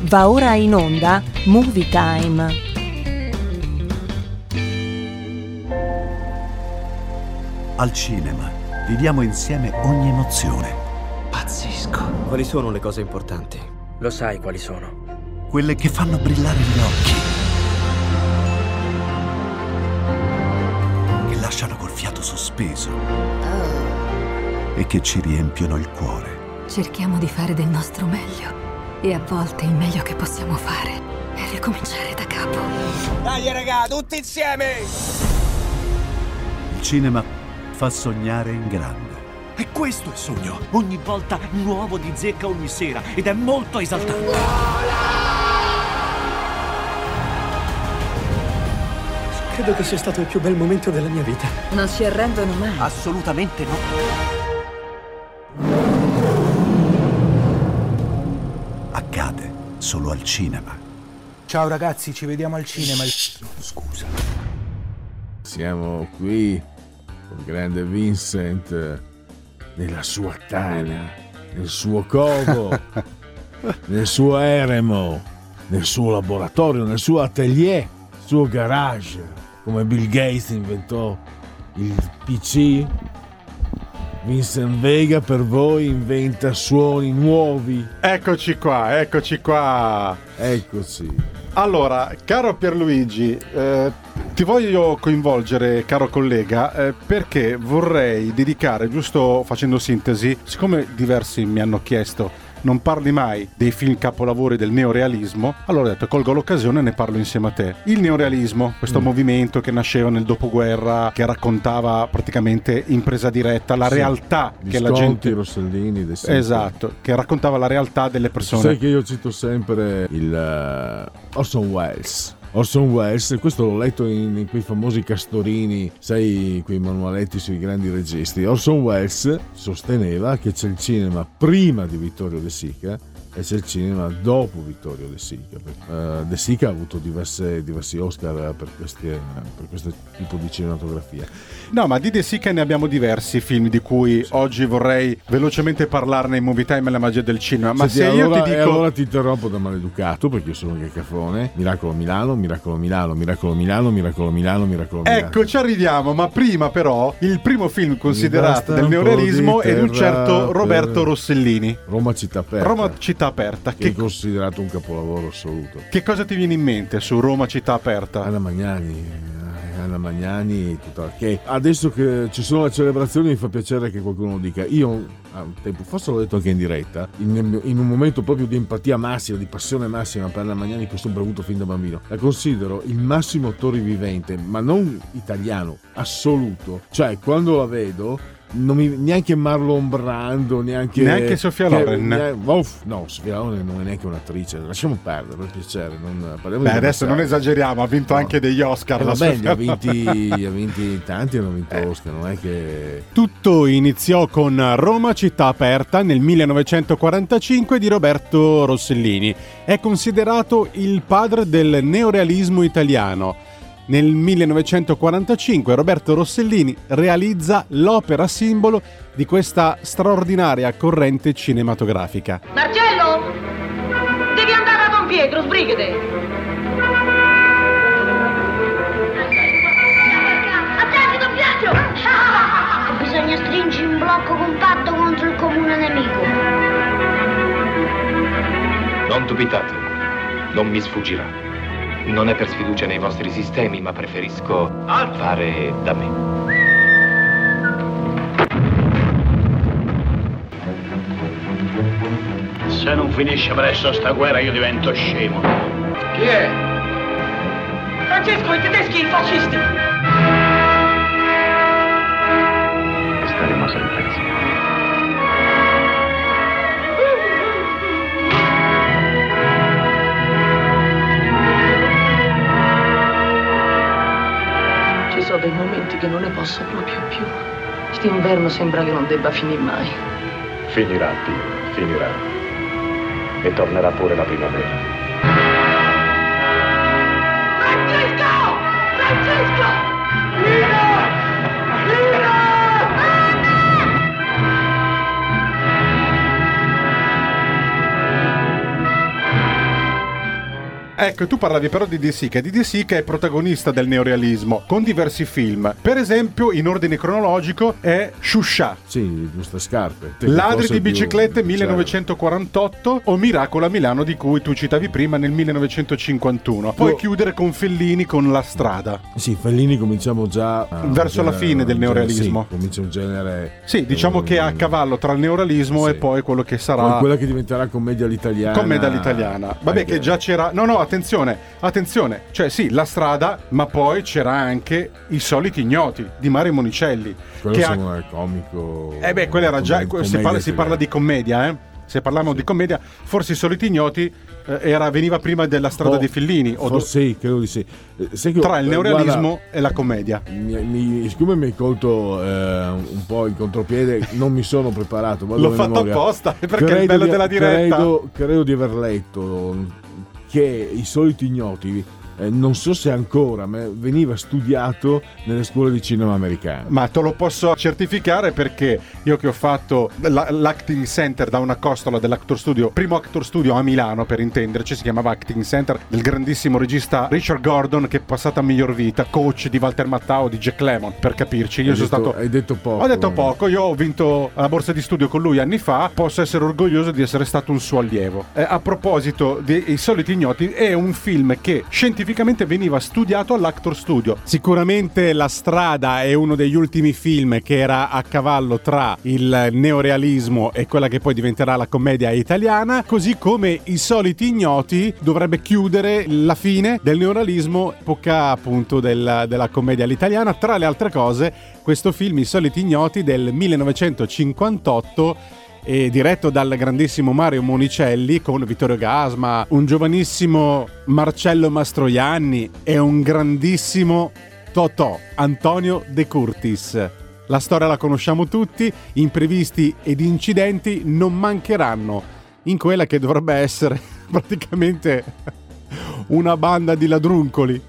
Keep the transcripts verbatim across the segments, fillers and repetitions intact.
Va ora in onda Movie Time. Al cinema viviamo insieme ogni emozione. Pazzesco. Quali sono le cose importanti? Lo sai quali sono. Quelle che fanno brillare gli occhi. Che lasciano col fiato sospeso. E che ci riempiono il cuore. Cerchiamo di fare del nostro meglio. E a volte il meglio che possiamo fare è ricominciare da capo. Dai raga, tutti insieme! Il cinema fa sognare in grande. E questo è il sogno. Ogni volta nuovo di zecca ogni sera. Ed è molto esaltante. Credo che sia stato il più bel momento della mia vita. Non si arrendono mai. Assolutamente no. Accade solo al cinema. Ciao ragazzi, ci vediamo al cinema. Scusa. Siamo qui con il grande Vincent nella sua tana, nel suo covo, nel suo eremo, nel suo laboratorio, nel suo atelier, nel suo garage, come Bill Gates inventò il P C. Vincent Vega per voi inventa suoni nuovi. Eccoci qua, eccoci qua. Eccoci. Allora, caro Pierluigi, eh, ti voglio coinvolgere, caro collega, eh, perché vorrei dedicare, giusto facendo sintesi, siccome diversi mi hanno chiesto non parli mai dei film capolavori del neorealismo, allora ho detto colgo l'occasione e ne parlo insieme a te. Il neorealismo, questo mm. movimento che nasceva nel dopoguerra, che raccontava praticamente in presa diretta la sì. realtà Visconti, che la gente Rossellini, De Sica. Esatto, che raccontava la realtà delle persone. Sai che io cito sempre il uh, Orson Welles. Orson Welles, questo l'ho letto in, in quei famosi castorini, sai, quei manualetti sui grandi registi. Orson Welles sosteneva che c'è il cinema prima di Vittorio De Sica e c'è il cinema dopo Vittorio De Sica. Uh, De Sica ha avuto diverse, diversi Oscar per, questi, per questo tipo di cinematografia. No, ma di De Sica ne abbiamo diversi film di cui sì. oggi vorrei velocemente parlarne in Movie Time e la magia del cinema. Ma Senti, se allora, io ti dico... E allora ti interrompo da maleducato perché io sono un cacafone. Miracolo Milano, Miracolo Milano, Miracolo Milano, Miracolo Milano, Miracolo Milano. Ecco, ci arriviamo, ma prima però il primo film considerato del neorealismo è di un certo Roberto Rossellini. Roma città aperta. Roma città aperta. Che, che è considerato un capolavoro assoluto. Che cosa ti viene in mente su Roma città aperta? Anna Magnani. Anna Magnani, tutta... che adesso che ci sono le celebrazioni mi fa piacere che qualcuno dica. Io a un tempo, forse l'ho detto anche in diretta, in, in un momento proprio di empatia massima, di passione massima per Anna Magnani che ho sempre avuto fin da bambino, la considero il massimo attore vivente, ma non italiano, assoluto. Cioè quando la vedo non mi, neanche Marlon Brando, neanche neanche Sofia Loren. Neanche, oh, no, Sofia Loren non è neanche un'attrice, lasciamo perdere, per piacere. Non, Beh, adesso non esageriamo, ha vinto no. anche degli Oscar. Eh, va bene, ha vinti, ha vinti tanti, hanno vinto eh. Oscar, non è che... Tutto iniziò con Roma città aperta nel millenovecentoquarantacinque di Roberto Rossellini. È considerato il padre del neorealismo italiano. Nel millenovecentoquarantacinque Roberto Rossellini realizza l'opera simbolo di questa straordinaria corrente cinematografica. Marcello! Devi andare a Don Pietro, sbrigate! Attenti, doppiaggio! Bisogna stringere un blocco compatto contro il comune nemico. Non dubitate, non mi sfuggirà. Non è per sfiducia nei vostri sistemi, ma preferisco fare da me. Se non finisce presto sta guerra io divento scemo. Chi è? Francesco, i tedeschi, i fascisti! Staremo sempre insieme. Ci sono dei momenti che non ne posso proprio più. St'inverno sembra che non debba finire mai. Finirà, Dio, finirà. E tornerà pure la primavera. Francesco! Francesco! Lina! Lina! Ecco, tu parlavi però di De Sica, di De Sica è protagonista del neorealismo con diversi film. Per esempio, in ordine cronologico è Shusha. Sì, giuste scarpe. Ladri di biciclette millenovecentoquarantotto o Miracolo a Milano di cui tu citavi prima nel millenovecentocinquantuno. Poi oh. chiudere con Fellini con La strada. Sì, Fellini cominciamo già uh, verso la fine del neorealismo. Sì, comincia un genere. Sì, diciamo uh, che è a cavallo tra il neorealismo sì. e poi quello che sarà poi quella che diventerà commedia all'italiana. Commedia all'italiana. Vabbè, anche... che già c'era. No, no, attenzione, attenzione. Cioè, sì, La strada, ma poi c'era anche I soliti ignoti di Mario Monicelli. Quello che sono ha... il comico. Eh beh, quello era già. Si parla, si parla di commedia, eh. Se parliamo sì. di commedia, forse I soliti ignoti eh, era, veniva prima della strada oh, di Fellini. O do... Sì, credo di sì. Sai che, tra il neorealismo guarda, e la commedia. Mi, mi, siccome mi hai colto eh, un po' in contropiede, non mi sono preparato. L'ho fatto memoria. apposta, perché credo è il bello di, della diretta. Credo, credo di aver letto che I soliti ignoti, eh, non so se ancora, ma veniva studiato nelle scuole di cinema americane. Ma te lo posso certificare perché io che ho fatto la, l'Acting Center da una costola dell'Actor Studio, primo Actor Studio a Milano per intenderci, si chiamava Acting Center, del grandissimo regista Richard Gordon che è passato a miglior vita, coach di Walter Matthau, di Jack Lemmon, per capirci. Io hai sono detto, stato hai detto poco. Ho detto poco, io ho vinto la borsa di studio con lui anni fa, posso essere orgoglioso di essere stato un suo allievo. Eh, a proposito di I soliti ignoti, è un film che scientificamente veniva studiato all'Actor Studio. Sicuramente La strada è uno degli ultimi film che era a cavallo tra il neorealismo e quella che poi diventerà la commedia italiana, così come I soliti ignoti dovrebbe chiudere la fine del neorealismo, epoca appunto del, della commedia all'italiana. Tra le altre cose, questo film I soliti ignoti del millenovecentocinquantotto e diretto dal grandissimo Mario Monicelli con Vittorio Gasma, un giovanissimo Marcello Mastroianni e un grandissimo Totò, Antonio De Curtis. La storia la conosciamo tutti, imprevisti ed incidenti non mancheranno in quella che dovrebbe essere praticamente una banda di ladruncoli.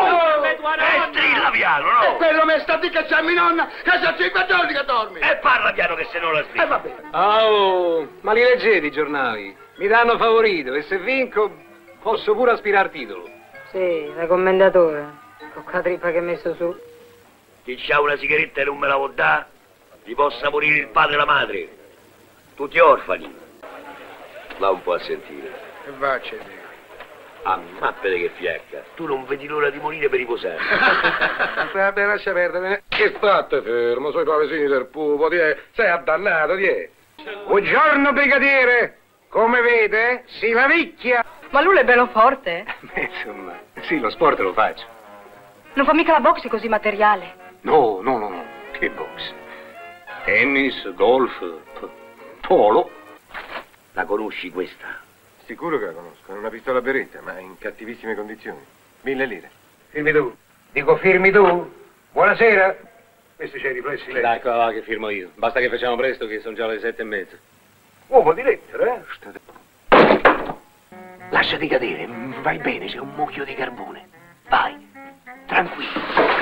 Piano, no? E quello mi sta di cacciarmi nonna, che sono cinque giorni che dormi. E parla piano che se no la svegli. E va bene. Oh, ma li leggete i giornali? Mi danno favorito e se vinco posso pure aspirare titolo. Sì, da commendatore, con la trippa che hai messo su. Chi c'ha una sigaretta e non me la può dare, gli possa morire il padre e la madre. Tutti orfani. Va un po' a sentire. E vacci. Ah, mappete che fiacca. Tu non vedi l'ora di morire per riposare. Vabbè, lascia perdere. Che state fermo, sono i pavesini del pupo, ti è. Sei addannato, ti è. Buongiorno, brigadiere. Come vede, si lavicchia. Ma lui è bello forte? Beh, insomma, sì, lo sport lo faccio. Non fa mica la boxe così materiale? No, no, no, no. Che boxe? Tennis, golf, p- polo. La conosci questa? Sicuro che la conosco, è una pistola beretta, ma in cattivissime condizioni. Mille lire. Firmi tu. Dico firmi tu. Buonasera. Questi c'hai i riflessi lei. Dai, qua va che firmo io. Basta che facciamo presto che sono già le sette e mezza. Uomo di lettere, eh? State... Lasciati cadere, vai bene, sei un mucchio di carbone. Vai, tranquillo.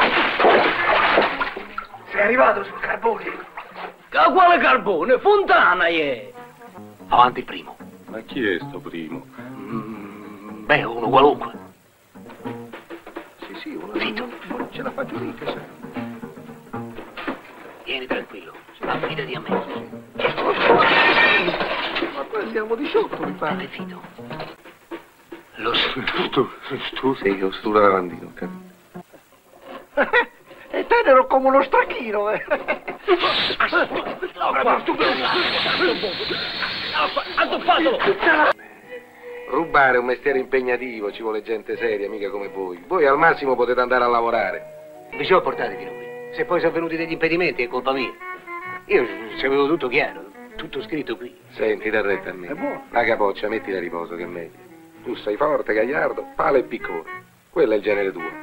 Sei arrivato sul carbone? Ca- quale carbone? Fontana, è. Avanti il primo. Ma chi è sto primo? Mm, beh, uno qualunque. Sì, sì, uno Zitto. Non ce la faccio mica, sai. Vieni tranquillo, affidati a me. Ma qua siamo di sotto, mi pare. State zitto. Lo so. Tu, tu sei lo studio lavandino, capito? E tenero come uno stracchino, eh. Addopfatelo! Rubare è un mestiere impegnativo, ci vuole gente seria, mica come voi. Voi al massimo potete andare a lavorare. Vi sono portati fino qui. Se poi sono venuti degli impedimenti è colpa mia. Io sapevo tutto chiaro, tutto scritto qui. Senti, da retta a me. È buono. La capoccia, mettila a riposo che è meglio. Tu sei forte, gagliardo, palo e piccone. Quello è il genere tuo.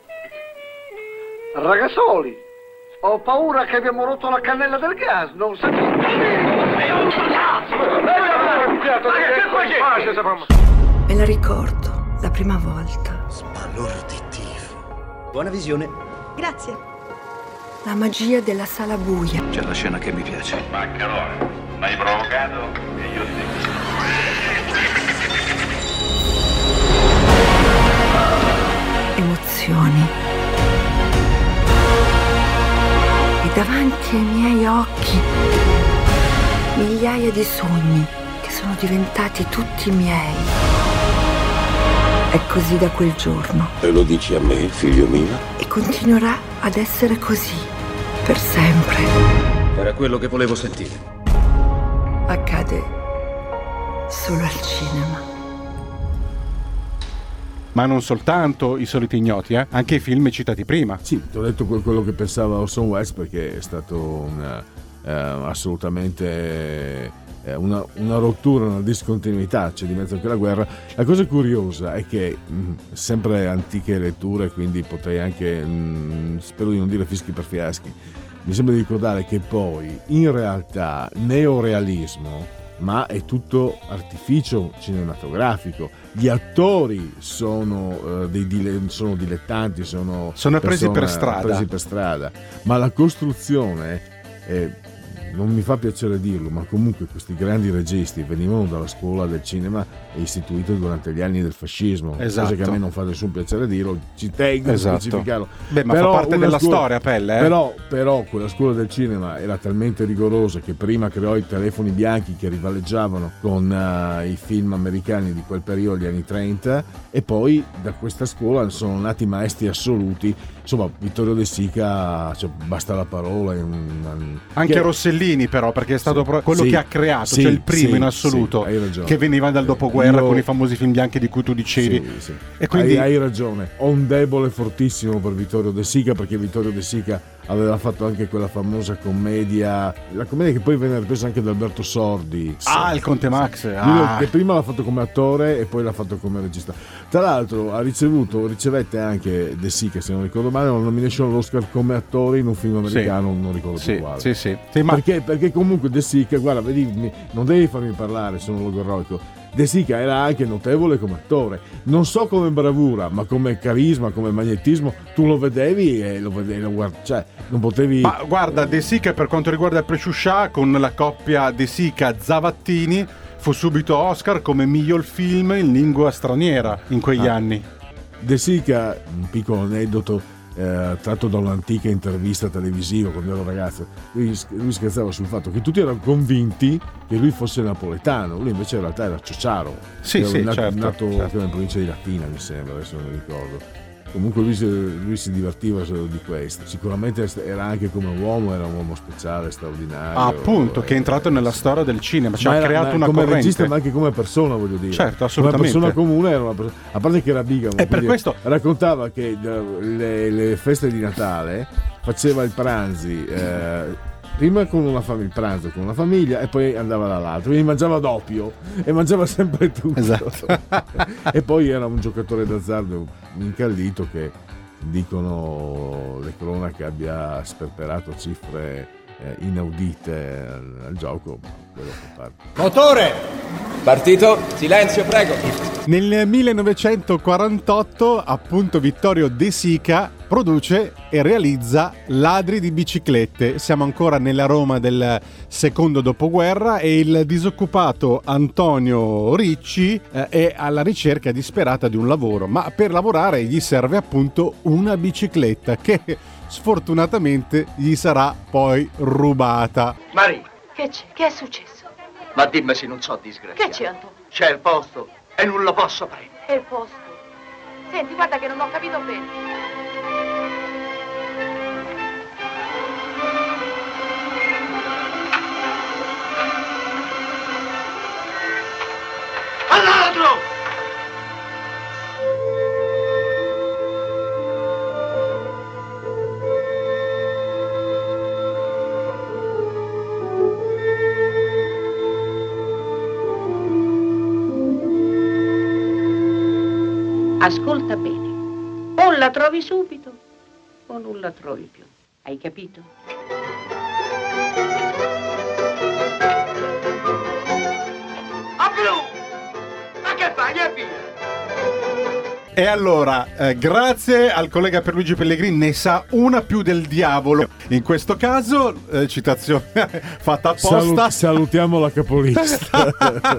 Ragazzoli, ho paura che abbiamo rotto la cannella del gas, non sapete. Me la ricordo, la prima volta. Sbalorditivo. Buona visione. Grazie. La magia della sala buia. C'è la scena che mi piace. Maccarone, m'hai provocato e io ti emozioni. E davanti ai miei occhi migliaia di sogni che sono diventati tutti miei. È così da quel giorno. E lo dici a me, figlio mio? E continuerà ad essere così per sempre. Era quello che volevo sentire. Accade solo al cinema. Ma non soltanto I soliti ignoti, eh? Anche i film citati prima. Sì, ti ho detto quello che pensava Orson Welles, perché è stato una, eh, assolutamente eh, una, una rottura, una discontinuità, c'è di mezzo anche la guerra. La cosa curiosa è che mh, sempre antiche letture, quindi potrei anche, mh, spero di non dire fischi per fiaschi, mi sembra di ricordare che poi in realtà neorealismo, ma è tutto artificio cinematografico. Gli attori sono, uh, dei dile- sono dilettanti, sono, sono presi persone, per strada. presi per strada, ma la costruzione è, non mi fa piacere dirlo, ma comunque questi grandi registi venivano dalla scuola del cinema istituita durante gli anni del fascismo, esatto. cosa che a me non fa nessun piacere dirlo, ci tengo esatto. a specificarlo. Beh, ma però fa parte della scuola, storia, Pelle, eh? però, però quella scuola del cinema era talmente rigorosa che prima creò i telefoni bianchi che rivaleggiavano con uh, i film americani di quel periodo, gli anni trenta, e poi da questa scuola sono nati maestri assoluti. Insomma, Vittorio De Sica, cioè, basta la parola. È un, un... Anche che... Rossellini, però, perché è stato sì, quello sì, che ha creato, sì, cioè il primo sì, in assoluto, sì, che veniva dal dopoguerra Io... con i famosi film bianchi di cui tu dicevi. Sì, sì. E quindi hai, hai ragione. Ho un debole fortissimo per Vittorio De Sica, perché Vittorio De Sica aveva fatto anche quella famosa commedia, la commedia che poi venne ripresa anche da Alberto Sordi. Ah, il Conte Max. Lui Ah. che prima l'ha fatto come attore e poi l'ha fatto come regista. Tra l'altro ha ricevuto, ricevette anche De Sica, se non ricordo male, una nomination all'Oscar come attore in un film americano, sì. non ricordo sì, più quale. Sì, sì. sì ma... perché, perché comunque De Sica, guarda, vedi, non devi farmi parlare, sono logorroico. De Sica era anche notevole come attore, non so come bravura, ma come carisma, come magnetismo, tu lo vedevi e lo vedevi, lo guard- cioè non potevi. Ma guarda, De Sica per quanto riguarda il Preciuscià, con la coppia De Sica-Zavattini, fu subito Oscar come miglior film in lingua straniera in quegli ah. anni. De Sica, un piccolo aneddoto eh, tratto da un'antica intervista televisiva quando ero ragazzo, lui, lui scherzava sul fatto che tutti erano convinti che lui fosse napoletano, lui invece in realtà era ciociaro, sì, sì, nato, certo, nato certo. in provincia di Latina, mi sembra, adesso non mi ricordo. Comunque lui si, lui si divertiva solo di questo. Sicuramente era anche come uomo, era un uomo speciale, straordinario. Ah, appunto, che è entrato nella storia del cinema, ci cioè ha creato una come corrente. regista, ma anche come persona, voglio dire. Certo, assolutamente. Una persona comune era una persona, a parte che era bigamo. E per questo raccontava che le, le feste di Natale faceva il pranzi. Eh, prima con una famiglia, il pranzo con una famiglia e poi andava dall'altra, quindi mangiava doppio e mangiava sempre tutto. Esatto. E poi era un giocatore d'azzardo incallito che dicono le cronache abbia sperperato cifre eh, inaudite al, al gioco. Motore! Partito, silenzio prego. Nel millenovecentoquarantotto appunto Vittorio De Sica produce e realizza Ladri di biciclette. Siamo ancora nella Roma del secondo dopoguerra e il disoccupato Antonio Ricci eh, è alla ricerca disperata di un lavoro, ma per lavorare gli serve appunto una bicicletta che sfortunatamente gli sarà poi rubata. Maria, che c'è? Che è successo? ma dimmi se non so disgraziato. Che c'è, Antonio? C'è il posto e non lo posso prendere. È il posto? Senti, guarda che non ho capito bene. All'altro! Ascolta bene, o la trovi subito o non la trovi più, hai capito? A blu! Ma che fai? E via! E allora, eh, grazie al collega Pierluigi Pellegrini, ne sa una più del diavolo. In questo caso, eh, citazione fatta apposta. Salut- salutiamo la capolista.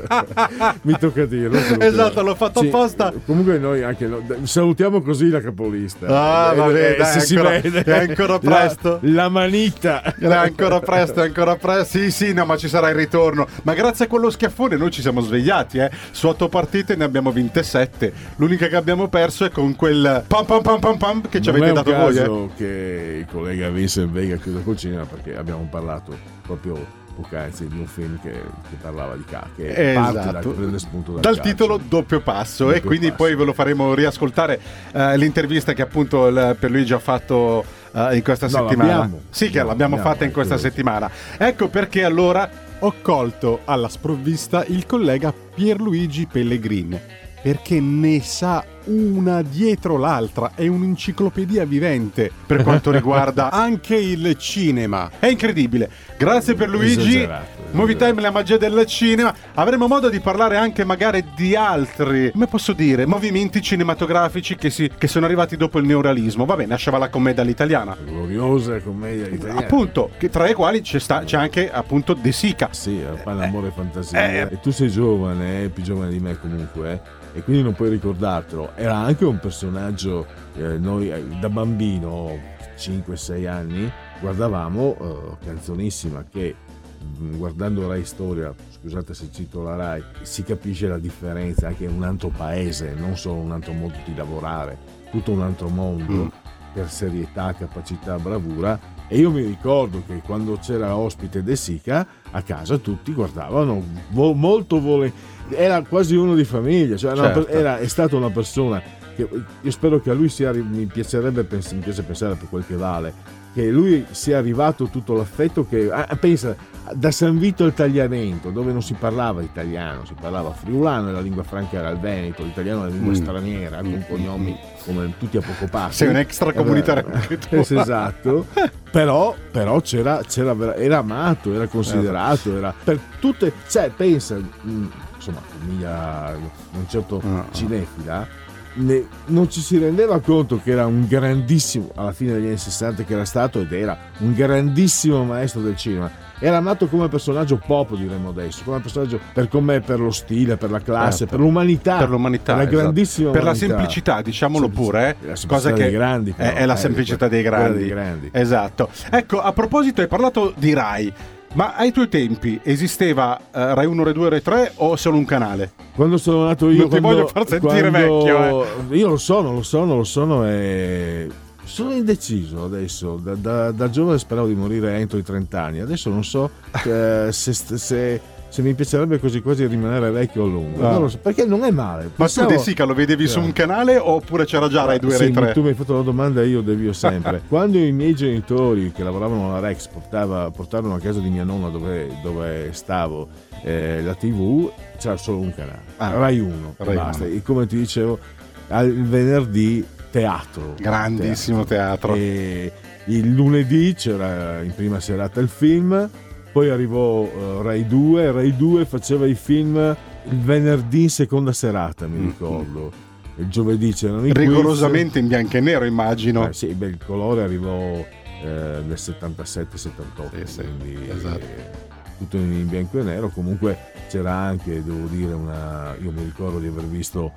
Mi tocca dirlo. Esatto, l'ho fatto sì, apposta. Comunque noi anche no, salutiamo così la capolista. Ah, va bene, eh, dai, se ancora, si vede, è ancora presto. La, la manita. È ancora presto, è ancora presto. Sì, sì, no, ma ci sarà il ritorno. Ma grazie a quello schiaffone noi ci siamo svegliati, eh. Su otto partite ne abbiamo vinte sette. L'unica che abbiamo perso è con quel pam pam pam pam pam che ci non avete dato voi. Non è eh. un caso che il collega Vincent Vega chiude col cinema, perché abbiamo parlato proprio poc'anzi di un film che, che parlava di calcio, che esatto. parte da, prende spunto dal, dal calcio. titolo Doppio Passo. Doppio e quindi passo. Poi ve lo faremo riascoltare, eh, l'intervista che appunto il Pierluigi ha fatto eh, in questa no, settimana. l'abbiamo. Sì, che no, l'abbiamo l'abbiamo, fatta in questa credo. settimana. Ecco perché allora ho colto alla sprovvista il collega Pierluigi Pellegrini, perché ne sa una dietro l'altra, è un'enciclopedia vivente per quanto riguarda anche il cinema. È incredibile. Grazie per Luigi. Esagerato, Movie Time, la magia del cinema. Avremo modo di parlare anche magari di altri, come posso dire, movimenti cinematografici che, si, che sono arrivati dopo il neorealismo. Vabbè, nasceva la commedia all'italiana. Gloriosa commedia italiana. Appunto, che tra i quali c'è, sta, c'è anche appunto De Sica. Sì, Pane, amore e fantasia. eh, E tu sei giovane, eh, più giovane di me comunque, eh, e quindi non puoi ricordartelo. Era anche un personaggio, eh, noi eh, da bambino, cinque sei anni, guardavamo eh, Canzonissima, che mh, guardando Rai Storia, scusate se cito la Rai, si capisce la differenza, anche un altro paese, non solo un altro modo di lavorare, tutto un altro mondo, mm. per serietà, capacità, bravura. E io mi ricordo che quando c'era ospite De Sica, a casa tutti guardavano vo- molto volentieri, era quasi uno di famiglia, cioè certo. era, è stata una persona che io spero che a lui sia, mi piacerebbe pens- mi piace pensare per quel che vale, che lui sia arrivato tutto l'affetto che ah, pensa da San Vito al Tagliamento, dove non si parlava italiano, si parlava friulano e la lingua franca era il veneto, l'italiano è la lingua mm. straniera, mm. con cognomi come tutti a poco passo. Sei un extracomunitario anche tu. Esatto. però, però c'era, c'era era amato, era considerato, era per tutte, cioè pensa, insomma, famiglia non certo no. cinefila, Ne, non ci si rendeva conto che era un grandissimo, alla fine degli anni sessanta che era stato ed era un grandissimo maestro del cinema. Era amato come personaggio pop, diremmo adesso, come personaggio per com'è, per lo stile, per la classe, certo. per l'umanità, per l'umanità, per la esatto. grandissima per umanità. La semplicità, diciamolo pure, eh? La cosa che dei grandi, però, è, è la eh, semplicità dei grandi. dei grandi. Esatto. Ecco, a proposito, hai parlato di Rai. Ma ai tuoi tempi esisteva uh, Rai uno, Rai due, Rai tre o solo un canale? Quando sono nato io... Non ti quando, voglio far sentire quando, vecchio. Eh. Io lo sono, lo sono, lo sono e... Sono indeciso adesso. Da, da, da giovane speravo di morire entro i trenta anni. Adesso non so eh, se... se se mi piacerebbe così quasi rimanere vecchio a lungo, ah. non lo so, perché non è male. Ma Pensavo... tu De Sica lo vedevi sì. su un canale oppure c'era già Rai due, sì, Rai tre? Tu mi hai fatto la domanda e io devio sempre. Quando i miei genitori che lavoravano alla Rex portava, portarono a casa di mia nonna dove, dove stavo eh, la tivù, c'era solo un canale, ah. Rai uno, Rai basta. uno. E come ti dicevo, al venerdì teatro, grandissimo teatro, teatro. E il lunedì c'era in prima serata il film. Poi arrivò uh, Rai due, Rai due faceva i film il venerdì in seconda serata, mi ricordo. Il giovedì c'erano i rigorosamente quiz. In bianco e nero, immagino. Eh, sì, beh, il colore arrivò eh, nel settantasette settantotto, sì, sì, quindi esatto. eh, tutto in bianco e nero. Comunque c'era anche, devo dire, una. Io mi ricordo di aver visto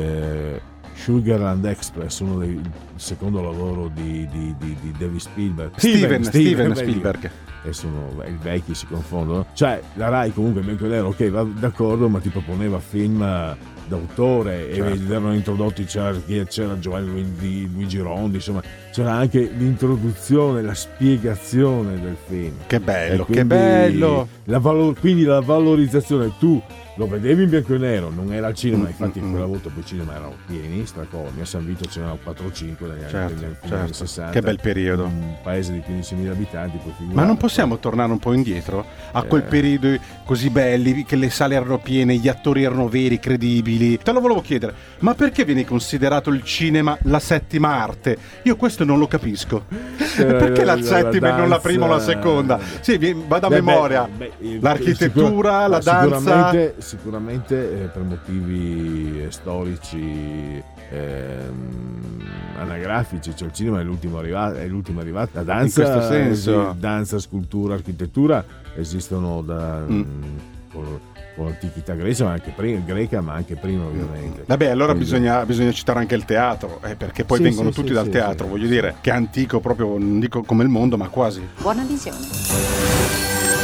eh, Sugarland Express, uno dei il secondo lavoro di, di, di, di David Spielberg. Steven, Steven, Steven Spielberg. E sono i vecchi, si confondono. Cioè la Rai comunque in bianco e nero, ok, va d'accordo, ma ti proponeva film d'autore, certo. E erano introdotti, c'era, c'era Giovanni Luigi, Luigi Rondi, insomma c'era anche l'introduzione, la spiegazione del film. Che bello, che bello. La valor, quindi la valorizzazione, tu lo vedevi in bianco e nero, non era al cinema, mm, infatti mm, quella volta poi i cinema erano pieni, stracolmi, a San Vito c'erano quattro o cinque negli certo, anni, certo. anni sessanta. Che bel periodo. Un paese di quindicimila abitanti. Ma non possiamo tornare un po' indietro a quel eh. periodo così belli, che le sale erano piene, gli attori erano veri, credibili. Te lo volevo chiedere, ma perché viene considerato il cinema la settima arte? Io questo non lo capisco. Eh, perché la, la settima la e non la prima o la seconda? Sì, vado a beh, memoria. Beh, beh, l'architettura, la danza. Sicuramente, sicuramente eh, per motivi eh, storici, ehm, anagrafici, cioè il cinema è l'ultimo arrivato, è l'ultimo arrivato. La danza, in questo senso, eh, danza, scultura, architettura esistono da mm. con, con l'antichità greca, ma anche prima, greca, ma anche prima ovviamente. Vabbè, allora Quindi, bisogna, bisogna citare anche il teatro, eh, perché poi sì, vengono sì, tutti sì, dal sì, teatro, sì, voglio sì. dire, che è antico proprio, non dico come il mondo, ma quasi. Buona visione.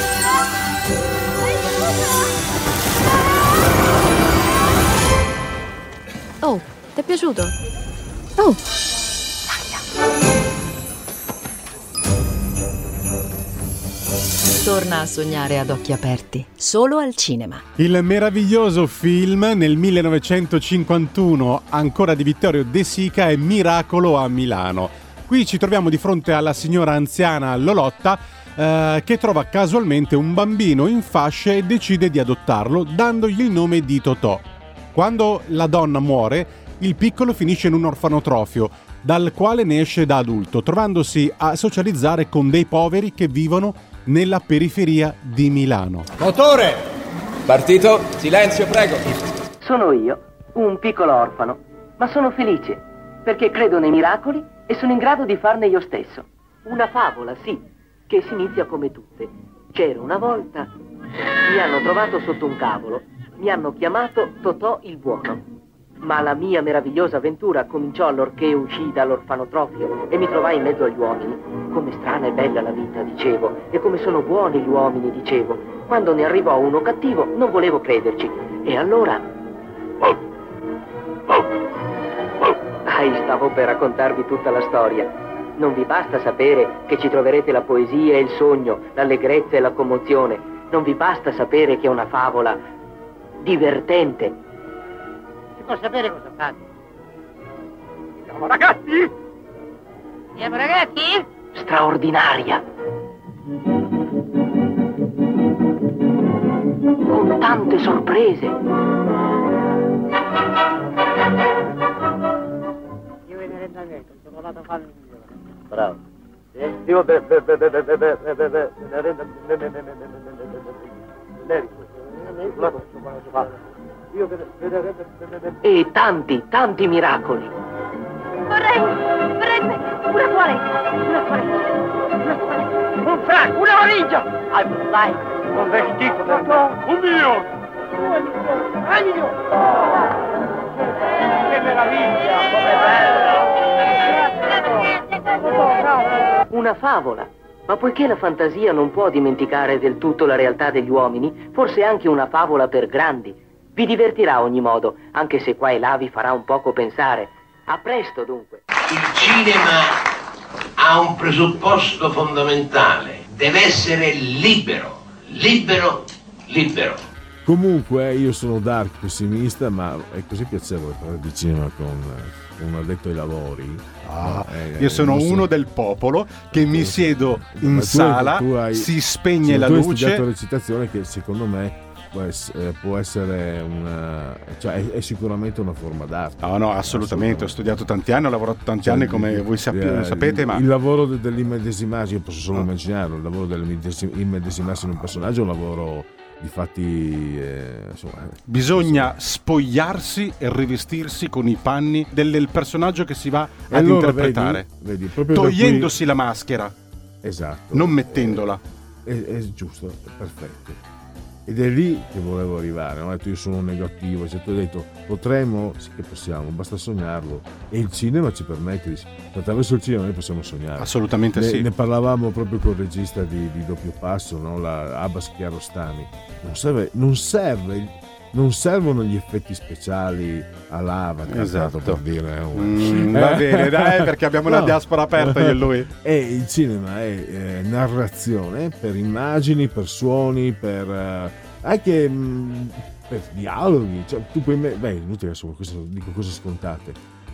Oh, ti è piaciuto? Oh! Torna a sognare ad occhi aperti, solo al cinema. Il meraviglioso film nel millenovecentocinquantuno, ancora di Vittorio De Sica, è Miracolo a Milano. Qui ci troviamo di fronte alla signora anziana Lolotta eh, che trova casualmente un bambino in fasce e decide di adottarlo dandogli il nome di Totò. Quando la donna muore, il piccolo finisce in un orfanotrofio, dal quale ne esce da adulto, trovandosi a socializzare con dei poveri che vivono nella periferia di Milano. Motore! Partito, silenzio, prego. Sono io, un piccolo orfano, ma sono felice, perché credo nei miracoli e sono in grado di farne io stesso. Una favola, sì, che si inizia come tutte. C'era una volta, mi hanno trovato sotto un cavolo, mi hanno chiamato Totò il Buono. Ma la mia meravigliosa avventura cominciò allorché uscii dall'orfanotrofio e mi trovai in mezzo agli uomini. Come strana e bella la vita, dicevo, e come sono buoni gli uomini, dicevo. Quando ne arrivò uno cattivo non volevo crederci. E allora... Ai, stavo per raccontarvi tutta la storia. Non vi basta sapere che ci troverete la poesia e il sogno, l'allegrezza e la commozione. Non vi basta sapere che è una favola divertente. Si può sapere cosa fate? Siamo ragazzi! Siamo ragazzi? Straordinaria. Con tante sorprese. Io ve ne rendo conto, sono andato a fare il migliore. Bravo. Io ve ne rendo E tanti, tanti miracoli. Vorrei, vorrei una toilette, una toilette, una toilette. Un frac, una valigia! Ah, vai, un vestito per me. Un milione! Due milioni, tre milioni! Che meraviglia! Come bella! Una favola. Ma poiché la fantasia non può dimenticare del tutto la realtà degli uomini, forse anche una favola per grandi. Vi divertirà a ogni modo, anche se qua e là vi farà un poco pensare. A presto, dunque. Il cinema ha un presupposto fondamentale. Deve essere libero, libero, libero. Comunque io sono dark pessimista, ma è così piacevole parlare di cinema con un addetto ai lavori. Ah, eh, io sono so. uno del popolo che mi siedo in Ma tu- sala, tu hai- si spegne sì, la tu hai luce. studiato recitazione, che secondo me può essere, può essere una, cioè è, è sicuramente una forma d'arte. No, no, assolutamente. Ho studiato tanti anni, ho lavorato tanti Cioè, anni, come il- voi sap- il- sapete, ma il lavoro de- dell'immedesimarsi, io posso solo immaginarlo, il lavoro dell'immedesimarsi in un personaggio è un lavoro di fatti eh, insomma, bisogna spogliarsi e rivestirsi con i panni del, del personaggio che si va E ad allora interpretare, vedi, vedi, proprio da togliendosi qui- la maschera, esatto, non mettendola. È, è giusto, è perfetto. Ed è lì che volevo arrivare. Non ho detto io sono negativo, cioè tu hai detto potremmo, sì che possiamo, basta sognarlo. E il cinema ci permette di, attraverso il cinema noi possiamo sognare. Assolutamente ne, sì. Ne parlavamo proprio col regista di, di Doppio Passo, no? La Abbas Kiarostami. Non serve, non serve, non servono gli effetti speciali all'Avatar, Esatto. per dire. eh, Mm, va bene, dai, perché abbiamo una diaspora aperta io e lui. E il cinema è eh, narrazione per immagini, per suoni, per eh, anche mh, per dialoghi. Cioè, tu puoi me- beh, inutile insomma, questo, dico cose scontate,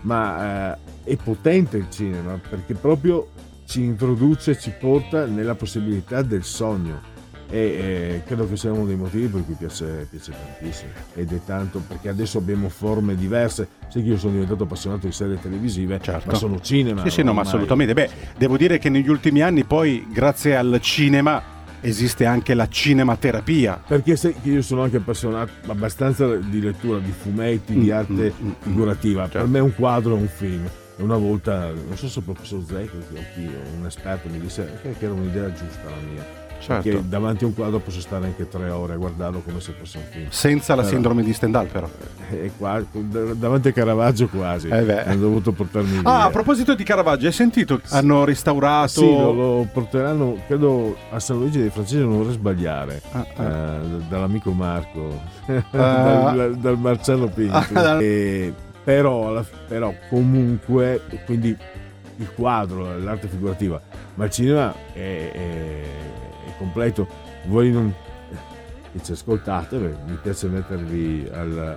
ma eh, è potente il cinema perché proprio ci introduce, ci porta nella possibilità del sogno. E eh, credo che sia uno dei motivi per cui piace, piace tantissimo, ed è tanto perché adesso abbiamo forme diverse. Sai che io sono diventato appassionato di serie televisive, Certo. ma sono cinema. Sì, sì, no, ma ormai. assolutamente. Beh, devo dire che negli ultimi anni poi, grazie al cinema, esiste anche la cinematerapia. Perché se, io sono anche appassionato abbastanza di lettura di fumetti, di arte mm, mm, figurativa. Certo. Per me un quadro è un film. Una volta, non so se il professor Zecco o chi, un esperto mi disse che era un'idea giusta la mia. Certo. Perché davanti a un quadro posso stare anche tre ore a guardarlo come se fosse un film. Senza la però, sindrome di Stendhal, però. E qua, davanti a Caravaggio quasi. Eh beh. Hanno dovuto portarmi via. Ah, a proposito di Caravaggio, hai sentito? Sì. Hanno restaurato. Sì, lo, lo porteranno, credo, a San Luigi dei Francesi, non vorrei sbagliare. Ah, ah. Eh, dall'amico Marco, ah. dal, dal Marcello Pinto. Ah. E, però, però, comunque, quindi il quadro, l'arte figurativa, ma il cinema è. è completo. Voi non che ci ascoltate, mi piace mettervi al,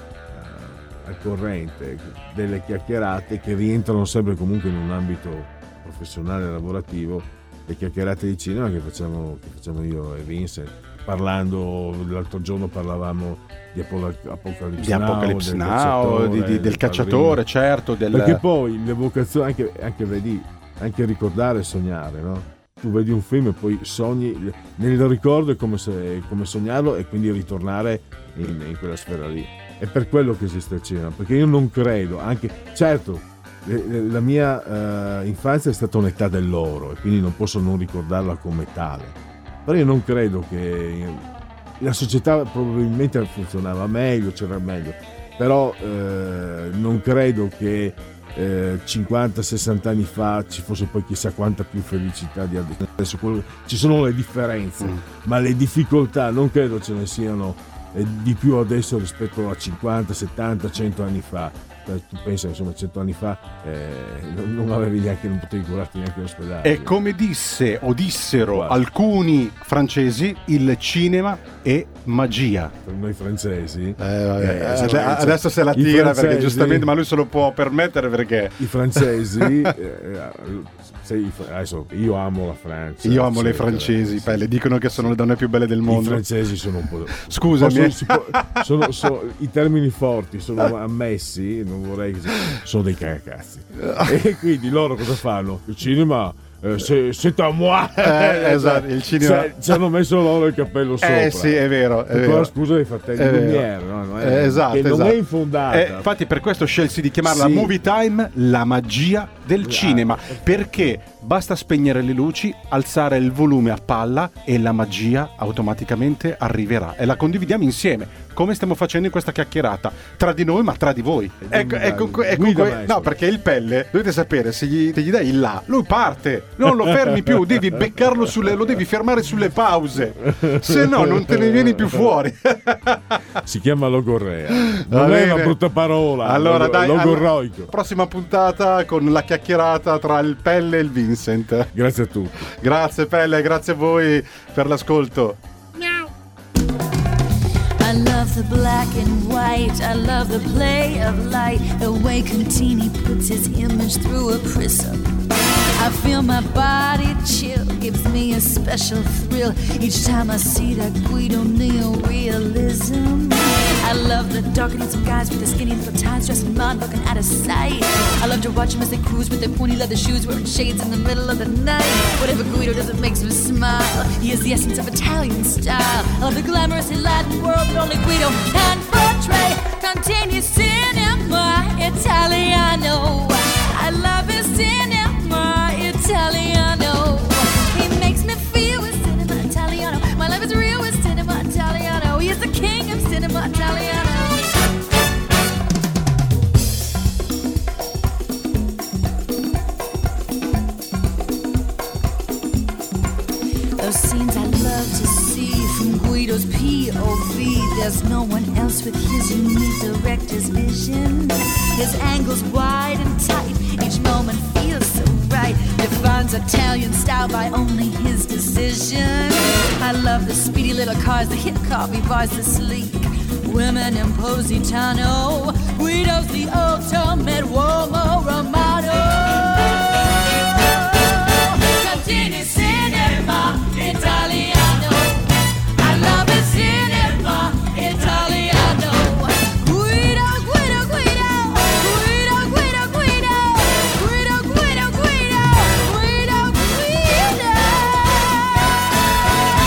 uh, al corrente delle chiacchierate che rientrano sempre comunque in un ambito professionale e lavorativo, le chiacchierate di cinema che facciamo, che facciamo io e Vincent, parlando l'altro giorno parlavamo di Apocalypse di Now, Apocalypse del Now, cacciatore, di, di, del cacciatore, certo, del... perché poi l'evocazione anche, anche vedi anche ricordare e sognare, no? Tu vedi un film e poi sogni, nel ricordo è come, se, come sognarlo e quindi ritornare in, in quella sfera lì. È per quello che esiste il cinema, perché io non credo, anche, certo, le, le, la mia uh, infanzia è stata un'età dell'oro e quindi non posso non ricordarla come tale, però io non credo che la società probabilmente funzionava meglio, c'era meglio, però uh, non credo che Eh, cinquanta sessanta anni fa ci fosse poi chissà quanta più felicità di adesso. Ci sono le differenze, mm. ma le difficoltà non credo ce ne siano eh, di più adesso rispetto a cinquanta, settanta, cento anni fa. Tu pensa, insomma, cento anni fa eh, non, non avevi neanche, non potevi curarti neanche all'ospedale. E come disse o dissero Guarda. alcuni francesi, il cinema è magia. Per noi francesi, eh, vabbè, eh, adesso se la tira francesi, perché giustamente, ma lui se lo può permettere perché i francesi. eh, sei, adesso io amo la Francia. Io amo le francesi, sì. Beh, le dicono che sono le donne più belle del mondo. I francesi sono un po'. Scusami, sono, sono, sono, i termini forti sono ammessi. Non vorrei che sono dei cagacazzi. E quindi loro cosa fanno? Il cinema eh, c'est, c'est à moi. Eh, esatto, il cinema. Ci hanno messo loro il cappello sopra. Eh sì, è vero. È vero. Con la scusa dei fratelli Lumière, no? Non è, eh, esatto, che esatto. non è infondata. Eh, infatti per questo scelsi di chiamarla sì. Movie Time, la magia del ah, cinema, perché basta spegnere le luci, alzare il volume a palla e la magia automaticamente arriverà e la condividiamo insieme, come stiamo facendo in questa chiacchierata, tra di noi ma tra di voi. Ecco, ecco, ecco que- no, perché il Pelle, dovete sapere, se gli, se gli dai il là, lui parte, non lo fermi più, devi beccarlo sulle, lo devi fermare sulle pause, se no non te ne vieni più fuori. Si chiama logorrea, non è una brutta parola. Allora log- dai, logorroico. Allora, prossima puntata con la chiacchierata tra il Pelle e il Vincent. Grazie a tutti. Grazie Pelle, grazie a voi per l'ascolto. I love the black and white, I love the play of light, the way Contini puts his image through a prism. I feel my body chill, gives me a special thrill each time I see that Guido neo-realism. I love the dark and handsome guys with the skinny little ties, dressed in mud, looking out of sight. I love to watch them as they cruise with their pointy leather shoes, wearing shades in the middle of the night. Whatever Guido does, it makes me smile. He is the essence of Italian style. I love the glamorous Latin world that only Guido can portray. Contini cinema Italiano. I love his cinema Italiano. He makes me feel with cinema Italiano. My life is real with cinema Italiano. He is the king of cinema Italiano. Those scenes I love to see from Guido's P O V. There's no one else with his unique director's vision. His angles wide and tight, each moment feels so right. Defines Italian style by only his decision. I love the speedy little cars, the hip coffee bars, the sleek women in Positano. Guido's the ultimate uomo romano. Contini cinema Italiano. I love his cinema Italiano. Guido, Guido, Guido. Guido, Guido, Guido. Guido, Guido, Guido. Guido, Guido.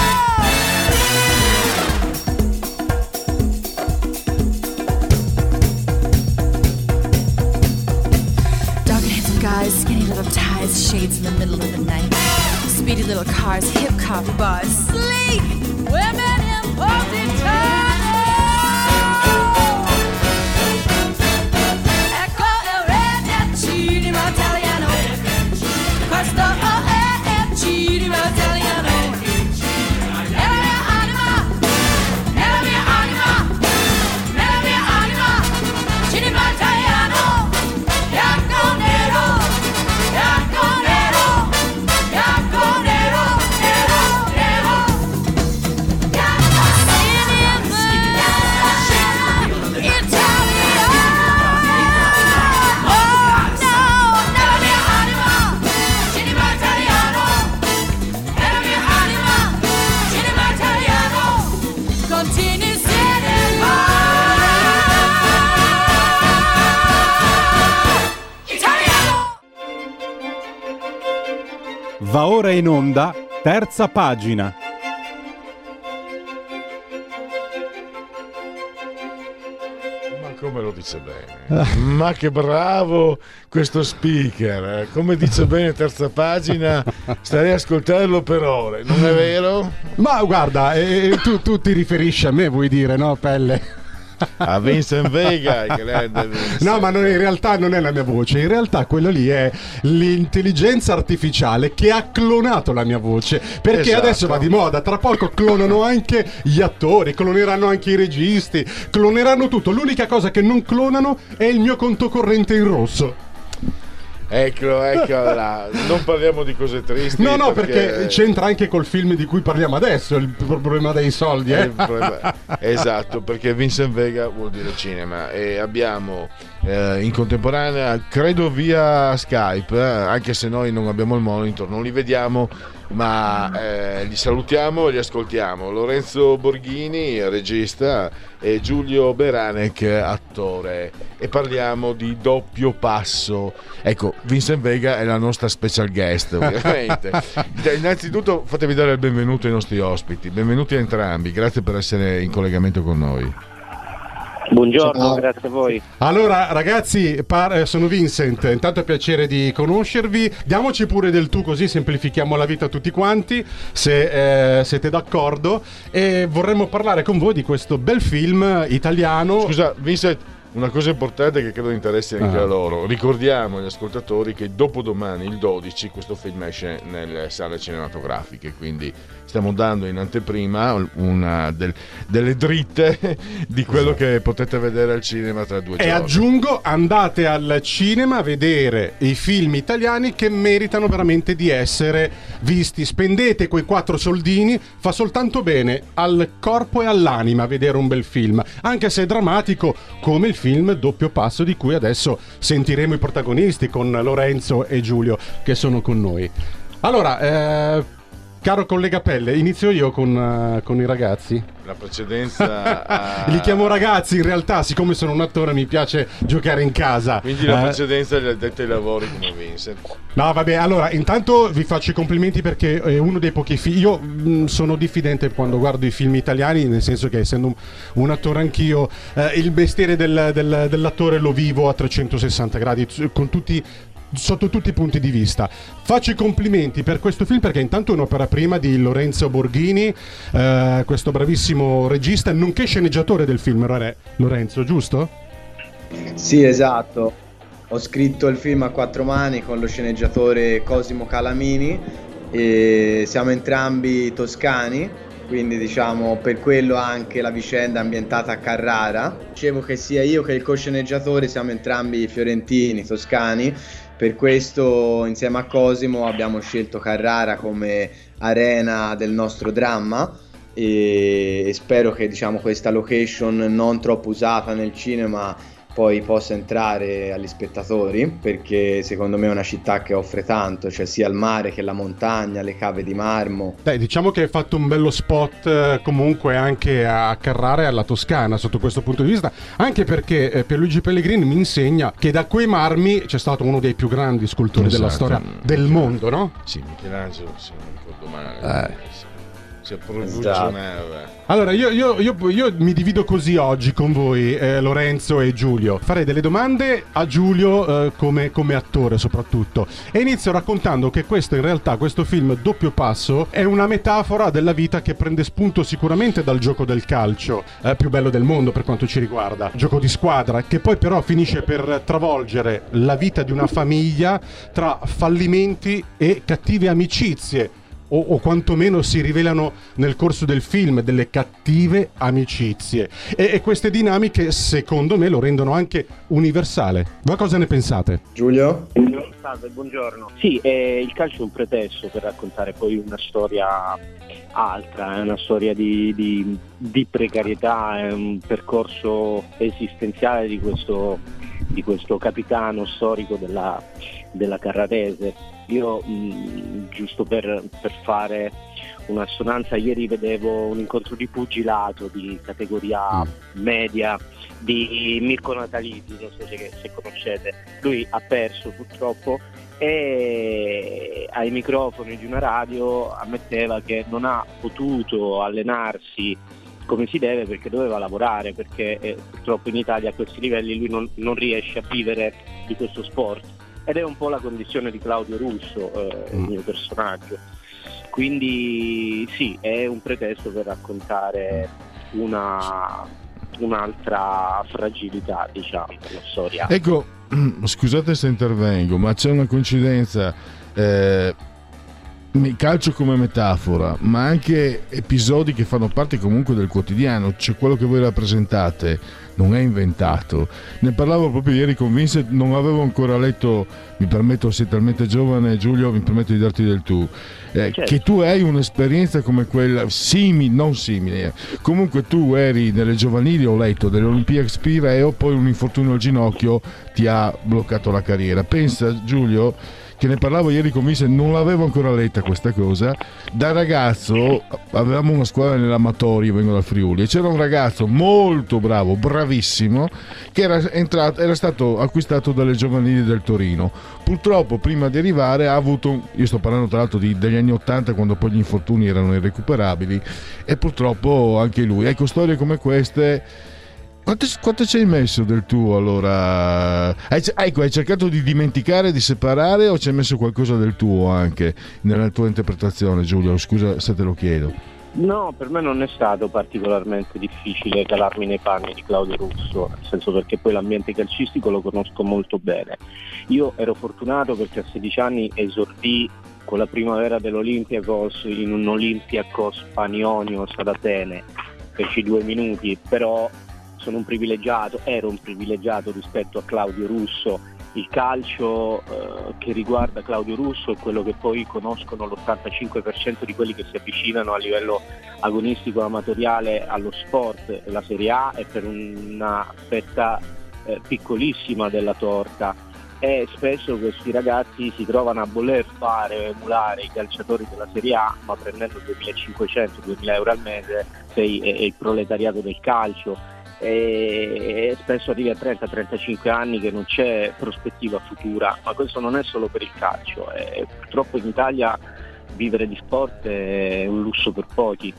little ties, shades in the middle of the night. Speedy little cars, hip coffee bars, sleek women in posy Ecco il re del cinema italiano. Questo è il cinema italiano. Nella mia anima, nella mia anima, nella mia anima, cinema italiano. Bianco nero, bianco nero, bianco nero, nero, nero. Va ora in onda, terza pagina. Ma come lo dice bene? Ma che bravo questo speaker, eh? Come dice bene terza pagina, starei a ascoltarlo per ore, non è vero? Ma guarda, eh, tu, tu ti riferisci a me, vuoi dire, no, Pelle? A Vincent Vega, il grande Vincent. No, ma non, in realtà non è la mia voce, in realtà quello lì è l'intelligenza artificiale che ha clonato la mia voce, perché esatto. Adesso va di moda, tra poco clonano anche gli attori, cloneranno anche i registi, cloneranno tutto, l'unica cosa che non clonano è il mio conto corrente in rosso. Eccolo, eccola. Non parliamo di cose tristi. No, no, perché... perché c'entra anche col film di cui parliamo adesso, il problema dei soldi, eh? problema... Esatto, perché Vincent Vega vuol dire cinema e abbiamo eh, in contemporanea, credo via Skype, eh, anche se noi non abbiamo il monitor, non li vediamo, ma eh, li salutiamo e li ascoltiamo. Lorenzo Borghini, regista, e Giulio Beranek, attore, e parliamo di Doppio Passo. Ecco, Vincent Vega è la nostra special guest, ovviamente. Innanzitutto fatemi dare il benvenuto ai nostri ospiti, benvenuti a entrambi, grazie per essere in collegamento con noi. Buongiorno, Ciao. Grazie a voi. Allora ragazzi, par- sono Vincent, intanto è piacere di conoscervi, diamoci pure del tu così semplifichiamo la vita a tutti quanti, se eh, siete d'accordo, e vorremmo parlare con voi di questo bel film italiano. Scusa Vincent, una cosa importante che credo interessi anche Ah. a loro, ricordiamo agli ascoltatori che dopodomani, il dodici, questo film esce nelle sale cinematografiche, quindi stiamo dando in anteprima una del, delle dritte di quello che potete vedere al cinema tra due E giorni. aggiungo, andate al cinema a vedere i film italiani che meritano veramente di essere visti, spendete quei quattro soldini, fa soltanto bene al corpo e all'anima vedere un bel film, anche se è drammatico come il film Doppio Passo, di cui adesso sentiremo i protagonisti con Lorenzo e Giulio che sono con noi. Allora, eh, caro collega Pelle, inizio io con, uh, con i ragazzi. La precedenza a... Li chiamo ragazzi, in realtà, siccome sono un attore mi piace giocare in casa. Quindi la Eh, precedenza agli addetti ai lavori come Vincent. No, vabbè, allora, intanto vi faccio i complimenti perché è uno dei pochi film. Io mh, sono diffidente quando guardo i film italiani, nel senso che essendo un, un attore anch'io, eh, il mestiere del, del, dell'attore lo vivo a trecentosessanta gradi, con tutti... sotto tutti i punti di vista. Faccio i complimenti per questo film perché intanto è un'opera prima di Lorenzo Borghini, eh, questo bravissimo regista nonché sceneggiatore del film. Lorenzo, giusto? Sì, esatto. Ho scritto il film a quattro mani con lo sceneggiatore Cosimo Calamini e siamo entrambi toscani, quindi diciamo per quello anche la vicenda ambientata a Carrara. Dicevo che sia io che il co-sceneggiatore siamo entrambi fiorentini, toscani, per questo insieme a Cosimo abbiamo scelto Carrara come arena del nostro dramma e spero che diciamo questa location non troppo usata nel cinema poi possa entrare agli spettatori, perché secondo me è una città che offre tanto, cioè sia il mare che la montagna, le cave di marmo. Beh, diciamo che hai fatto un bello spot eh, comunque anche a Carrara e alla Toscana sotto questo punto di vista, anche perché eh, Pierluigi Pellegrini mi insegna che da quei marmi c'è stato uno dei più grandi scultori Esatto. della storia del mondo, no? Sì, Michelangelo, se non ricordo male. Eh. Sì. si approvvigionava. Allora io, io, io, io mi divido così oggi con voi, eh, Lorenzo e Giulio. Farei delle domande a Giulio eh, come, come attore soprattutto, e inizio raccontando che questo in realtà, questo film Doppio Passo, è una metafora della vita che prende spunto sicuramente dal gioco del calcio, eh, più bello del mondo per quanto ci riguarda, gioco di squadra, che poi però finisce per travolgere la vita di una famiglia tra fallimenti e cattive amicizie, o, o quantomeno si rivelano nel corso del film delle cattive amicizie, e, e queste dinamiche secondo me lo rendono anche universale. Voi cosa ne pensate? Giulio? Salve, buongiorno. Sì, eh, il calcio è un pretesto per raccontare poi una storia altra, è una storia di, di, di precarietà, è un percorso esistenziale di questo, di questo capitano storico della, della Carrarese. Io mh, giusto per, per fare un'assonanza, ieri vedevo un incontro di pugilato di categoria media di Mirko Natalisi, non so se, se conoscete. Lui ha perso purtroppo e ai microfoni di una radio ammetteva che non ha potuto allenarsi come si deve perché doveva lavorare, perché eh, purtroppo in Italia a questi livelli lui non, non riesce a vivere di questo sport, ed è un po' la condizione di Claudio Russo, eh, il mio personaggio. Quindi sì, è un pretesto per raccontare una, un'altra fragilità, diciamo, della storia. Ecco, scusate se intervengo, ma c'è una coincidenza, eh, calcio come metafora, ma anche episodi che fanno parte comunque del quotidiano, cioè quello che voi rappresentate non è inventato. Ne parlavo proprio ieri con Vincent, non avevo ancora letto, mi permetto, sei talmente giovane Giulio, mi permetto di darti del tu, eh, certo. Che tu hai un'esperienza come quella, simile, non simile, eh. Comunque tu eri nelle giovanili, ho letto, delle Olimpiadi Pireo, poi un infortunio al ginocchio ti ha bloccato la carriera. Pensa Giulio, che ne parlavo ieri con Vincent, non l'avevo ancora letta questa cosa. Da ragazzo avevamo una squadra nell'Amatori, io vengo dal Friuli, e c'era un ragazzo molto bravo, bravissimo, che era, entrato, era stato acquistato dalle giovanili del Torino. Purtroppo prima di arrivare ha avuto, io sto parlando tra l'altro di, degli anni ottanta, quando poi gli infortuni erano irrecuperabili, e purtroppo anche lui. Ecco, storie come queste. Quanto, quanto ci hai messo del tuo allora? Hai, ecco, hai cercato di dimenticare, di separare, o ci hai messo qualcosa del tuo anche nella tua interpretazione, Giulio? Scusa se te lo chiedo. No, per me non è stato particolarmente difficile calarmi nei panni di Claudio Russo, nel senso, perché poi l'ambiente calcistico lo conosco molto bene. Io ero fortunato perché a sedici anni esordì con la primavera dell'Olympiakos in un Olympiakos Panionios ad Atene, feci due minuti, però sono un privilegiato, ero un privilegiato rispetto a Claudio Russo. Il calcio eh, che riguarda Claudio Russo è quello che poi conoscono l'ottantacinque per cento di quelli che si avvicinano a livello agonistico amatoriale allo sport. La Serie A è per una fetta eh, piccolissima della torta, e spesso questi ragazzi si trovano a voler fare o emulare i calciatori della Serie A, ma prendendo duemilacinquecento duemila euro al mese sei è, è il proletariato del calcio. E spesso arrivi a trenta trentacinque anni che non c'è prospettiva futura, ma questo non è solo per il calcio, e purtroppo in Italia vivere di sport è un lusso per pochi.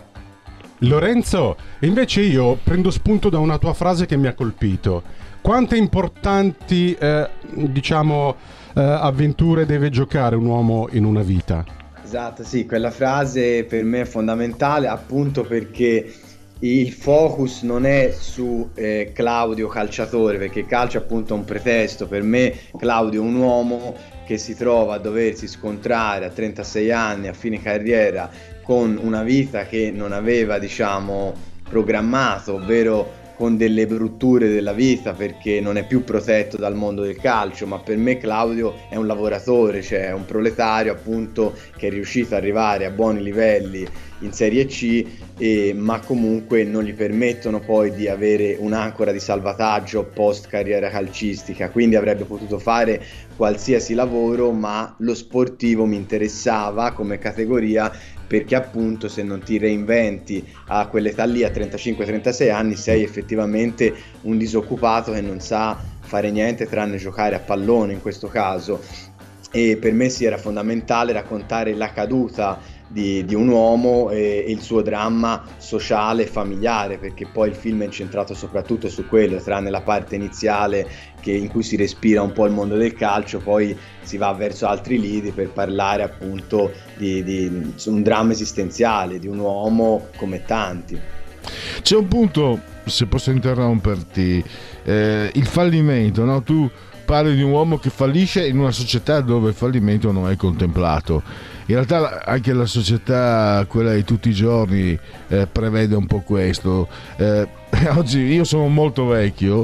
Lorenzo, invece io prendo spunto da una tua frase che mi ha colpito. Quante importanti eh, diciamo eh, avventure deve giocare un uomo in una vita? Esatto, sì, quella frase per me è fondamentale, appunto perché il focus non è su eh, Claudio calciatore, perché il calcio appunto è un pretesto. Per me Claudio è un uomo che si trova a doversi scontrare a trentasei anni, a fine carriera, con una vita che non aveva, diciamo, programmato, ovvero con delle brutture della vita, perché non è più protetto dal mondo del calcio. Ma per me Claudio è un lavoratore, cioè un proletario appunto, che è riuscito ad arrivare a buoni livelli in Serie C, e, ma comunque non gli permettono poi di avere un'ancora di salvataggio post carriera calcistica. Quindi avrebbe potuto fare qualsiasi lavoro, ma lo sportivo mi interessava come categoria, perché appunto se non ti reinventi a quell'età lì, a trentacinque trentasei anni, sei effettivamente un disoccupato che non sa fare niente tranne giocare a pallone in questo caso. E per me sì, era fondamentale raccontare la caduta di, di un uomo e, e il suo dramma sociale e familiare, perché poi il film è incentrato soprattutto su quello, tranne la parte iniziale che, in cui si respira un po' il mondo del calcio, poi si va verso altri lidi per parlare appunto di, di un dramma esistenziale, di un uomo come tanti. C'è un punto, se posso interromperti, eh, il fallimento, no? Tu parli di un uomo che fallisce in una società dove il fallimento non è contemplato. In realtà anche la società, quella di tutti i giorni, eh, prevede un po' questo. Eh, oggi io sono molto vecchio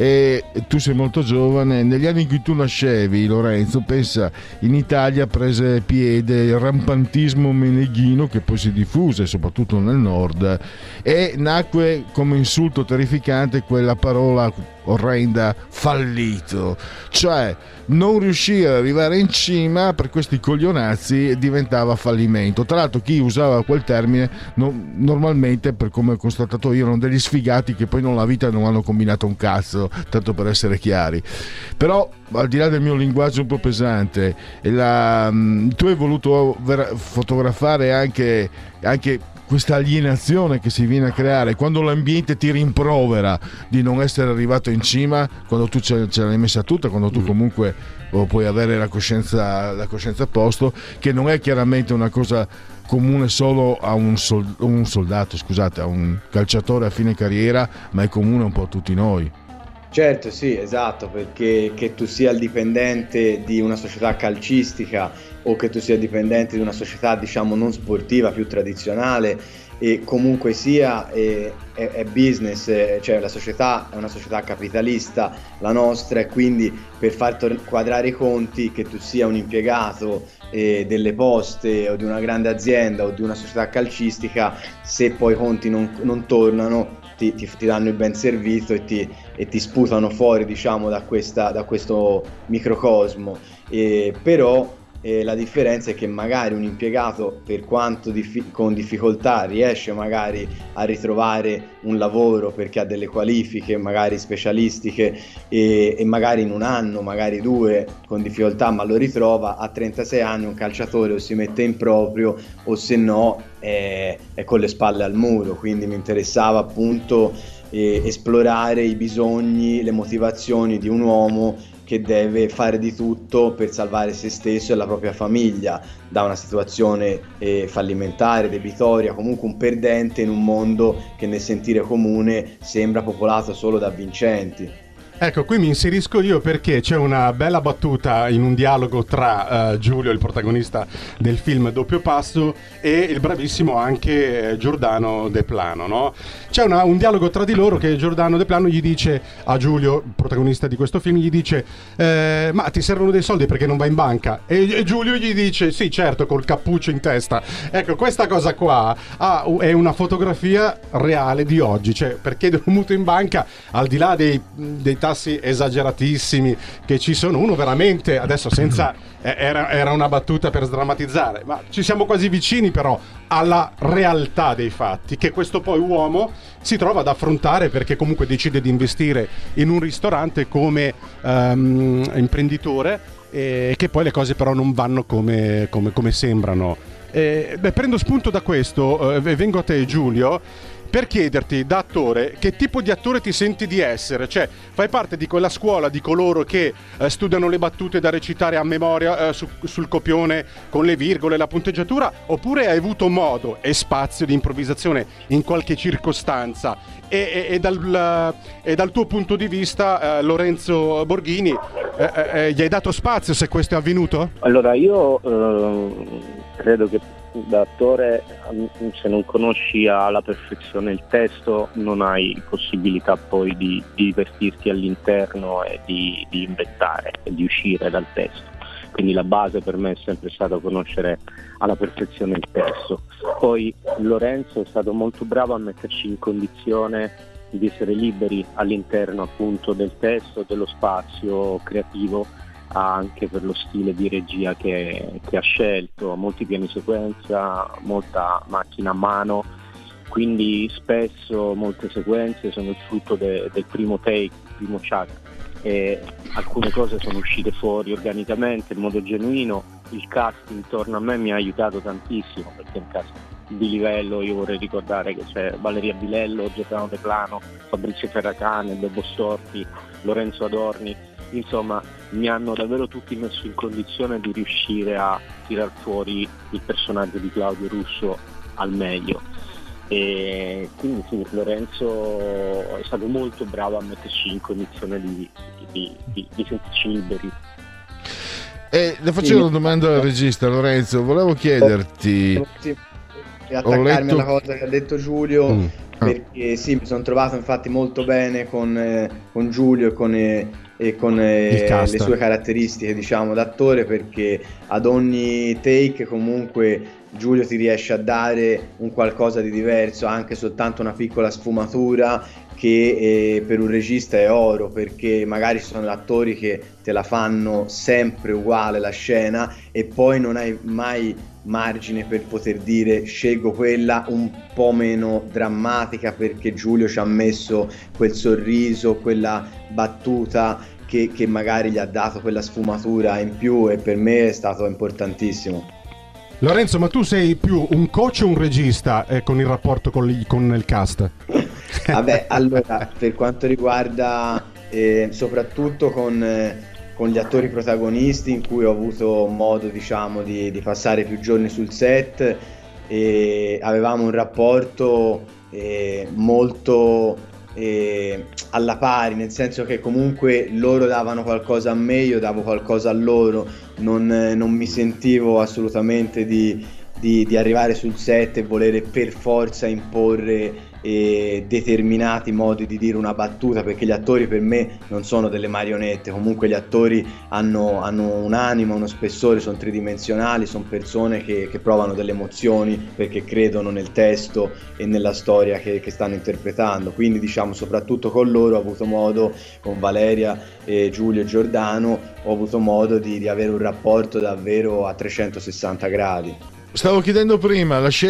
e tu sei molto giovane. Negli anni in cui tu nascevi, Lorenzo, pensa, in Italia prese piede il rampantismo meneghino, che poi si diffuse soprattutto nel nord, e nacque come insulto terrificante quella parola orrenda, fallito, cioè non riuscire ad arrivare in cima per questi coglionazzi diventava fallimento. Tra l'altro chi usava quel termine no, normalmente, per come ho constatato io, erano degli sfigati che poi nella vita non hanno combinato un cazzo, tanto per essere chiari. Però al di là del mio linguaggio un po' pesante, la, tu hai voluto ver- fotografare anche, anche questa alienazione che si viene a creare quando l'ambiente ti rimprovera di non essere arrivato in cima, quando tu ce, ce l'hai messa tutta, quando tu comunque oh, puoi avere la coscienza, la coscienza a posto, che non è chiaramente una cosa comune solo a un, sol, un soldato, scusate, a un calciatore a fine carriera, ma è comune un po' a tutti noi. Certo, sì, esatto, perché che tu sia il dipendente di una società calcistica o che tu sia dipendente di una società, diciamo, non sportiva, più tradizionale, e comunque sia è, è, è business, cioè la società è una società capitalista, la nostra, e quindi per far tor- quadrare i conti, che tu sia un impiegato eh, delle poste o di una grande azienda o di una società calcistica, se poi i conti non, non tornano, Ti, ti, ti danno il ben servito e ti, e ti sputano fuori, diciamo, da, questa, da questo microcosmo. E, però eh, la differenza è che magari un impiegato, per quanto diffi- con difficoltà, riesce magari a ritrovare un lavoro perché ha delle qualifiche magari specialistiche e, e magari in un anno, magari due, con difficoltà, ma lo ritrova. A trentasei anni un calciatore o si mette in proprio o se no è, è con le spalle al muro. Quindi mi interessava appunto eh, esplorare i bisogni, le motivazioni di un uomo che deve fare di tutto per salvare se stesso e la propria famiglia da una situazione eh, fallimentare, debitoria, comunque un perdente in un mondo che nel sentire comune sembra popolato solo da vincenti. Ecco, qui mi inserisco io perché c'è una bella battuta in un dialogo tra uh, Giulio, il protagonista del film Doppio Passo, e il bravissimo anche Giordano De Plano, no? C'è una, un dialogo tra di loro che Giordano De Plano gli dice a Giulio, il protagonista di questo film, gli dice eh, ma ti servono dei soldi perché non vai in banca? E, e Giulio gli dice sì, certo, col cappuccio in testa. Ecco, questa cosa qua ha, è una fotografia reale di oggi, cioè perché un mutuo in banca, al di là dei, dei tassi esageratissimi che ci sono, uno veramente, adesso senza eh, era, era una battuta per sdrammatizzare, ma ci siamo quasi vicini però alla realtà dei fatti, che questo poi uomo si trova ad affrontare perché comunque decide di investire in un ristorante come um, imprenditore, e che poi le cose però non vanno come, come, come sembrano. E, beh, prendo spunto da questo e eh, vengo a te, Giulio, per chiederti, da attore, che tipo di attore ti senti di essere? Cioè, fai parte di quella scuola di coloro che eh, studiano le battute da recitare a memoria eh, su, sul copione con le virgole e la punteggiatura, oppure hai avuto modo e spazio di improvvisazione in qualche circostanza? E, e, e, dal, e dal tuo punto di vista, eh, Lorenzo Borghini, eh, eh, gli hai dato spazio, se questo è avvenuto? Allora, io eh, credo che da attore, se non conosci alla perfezione il testo, non hai possibilità poi di, di divertirti all'interno e di, di inventare e di uscire dal testo. Quindi la base per me è sempre stata conoscere alla perfezione il testo. Poi Lorenzo è stato molto bravo a metterci in condizione di essere liberi all'interno appunto del testo, dello spazio creativo, anche per lo stile di regia che, che ha scelto, molti piani sequenza, molta macchina a mano, quindi spesso molte sequenze sono il frutto de, del primo take, primo shot, e alcune cose sono uscite fuori organicamente in modo genuino, il cast intorno a me mi ha aiutato tantissimo, perché è un cast di livello. Io vorrei ricordare che c'è Valeria Bilello, Giordano De Plano, Fabrizio Ferracane, Bebo Storti, Lorenzo Adorni, insomma mi hanno davvero tutti messo in condizione di riuscire a tirar fuori il personaggio di Claudio Russo al meglio. E quindi sì, Lorenzo è stato molto bravo a metterci in condizione di, di, di, di sentirci liberi. E le faccio una domanda al regista. Lorenzo, volevo chiederti, sì, attaccarmi letto... alla cosa che ha detto Giulio, mm. ah. perché sì, mi sono trovato infatti molto bene con, eh, con Giulio e con, eh, e con eh, le sue caratteristiche, diciamo, d'attore, perché ad ogni take comunque Giulio ti riesce a dare un qualcosa di diverso, anche soltanto una piccola sfumatura che eh, per un regista è oro, perché magari ci sono attori che te la fanno sempre uguale la scena e poi non hai mai margine per poter dire scelgo quella un po' meno drammatica, perché Giulio ci ha messo quel sorriso, quella battuta che, che magari gli ha dato quella sfumatura in più, e per me è stato importantissimo. Lorenzo, ma tu sei più un coach o un regista eh, con il rapporto con, gli, con il cast? Vabbè, allora, per quanto riguarda eh, soprattutto con, eh, con gli attori protagonisti, in cui ho avuto modo, diciamo, di, di passare più giorni sul set, e avevamo un rapporto eh, molto eh, alla pari, nel senso che comunque loro davano qualcosa a me, io davo qualcosa a loro, non, eh, non mi sentivo assolutamente di, di, di arrivare sul set e volere per forza imporre e determinati modi di dire una battuta, perché gli attori per me non sono delle marionette, comunque gli attori hanno, hanno un'anima, uno spessore, sono tridimensionali, sono persone che, che provano delle emozioni perché credono nel testo e nella storia che, che stanno interpretando. Quindi diciamo soprattutto con loro ho avuto modo, con Valeria, e Giulio e Giordano, ho avuto modo di, di avere un rapporto davvero a trecentosessanta gradi. Stavo chiedendo prima la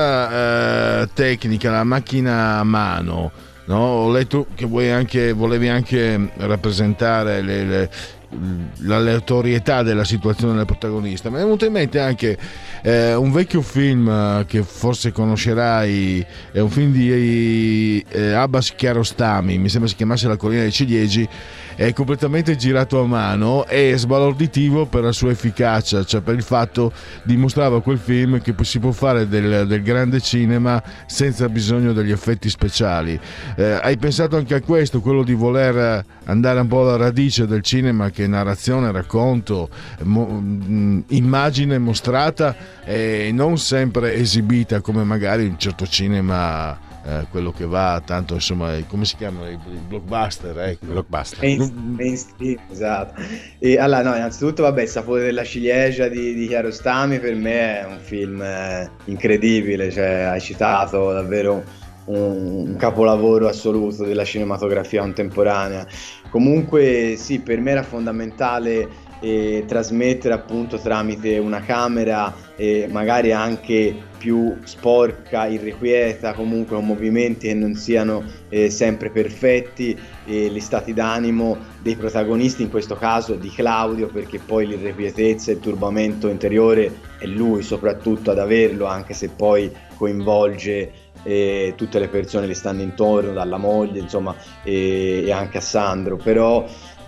scelta eh, tecnica, la macchina a mano, no? Ho letto che vuoi anche, volevi anche rappresentare le, le, l'aleatorietà della situazione del protagonista. Mi è venuto in mente anche eh, un vecchio film che forse conoscerai, è un film di eh, Abbas Kiarostami, mi sembra si chiamasse La collina dei ciliegi. È completamente girato a mano e sbalorditivo per la sua efficacia, cioè per il fatto dimostrava quel film che si può fare del, del grande cinema senza bisogno degli effetti speciali. Eh, hai pensato anche a questo, quello di voler andare un po' alla radice del cinema, che è narrazione, racconto, mo, immagine mostrata e non sempre esibita come magari un certo cinema. Eh, quello che va tanto, insomma, come si chiamano i blockbuster, ecco. blockbuster. Mainstream, mainstream, esatto. E allora, no, innanzitutto, vabbè, Il sapore della ciliegia di, di Kiarostami per me è un film eh, incredibile, cioè hai citato davvero un, un capolavoro assoluto della cinematografia contemporanea. Comunque sì, per me era fondamentale e trasmettere appunto tramite una camera eh, magari anche più sporca, irrequieta, comunque con movimenti che non siano eh, sempre perfetti, e gli stati d'animo dei protagonisti, in questo caso di Claudio, perché poi l'irrequietezza e il turbamento interiore è lui soprattutto ad averlo, anche se poi coinvolge eh, tutte le persone che stanno intorno, dalla moglie, insomma, e, e anche a Sandro, però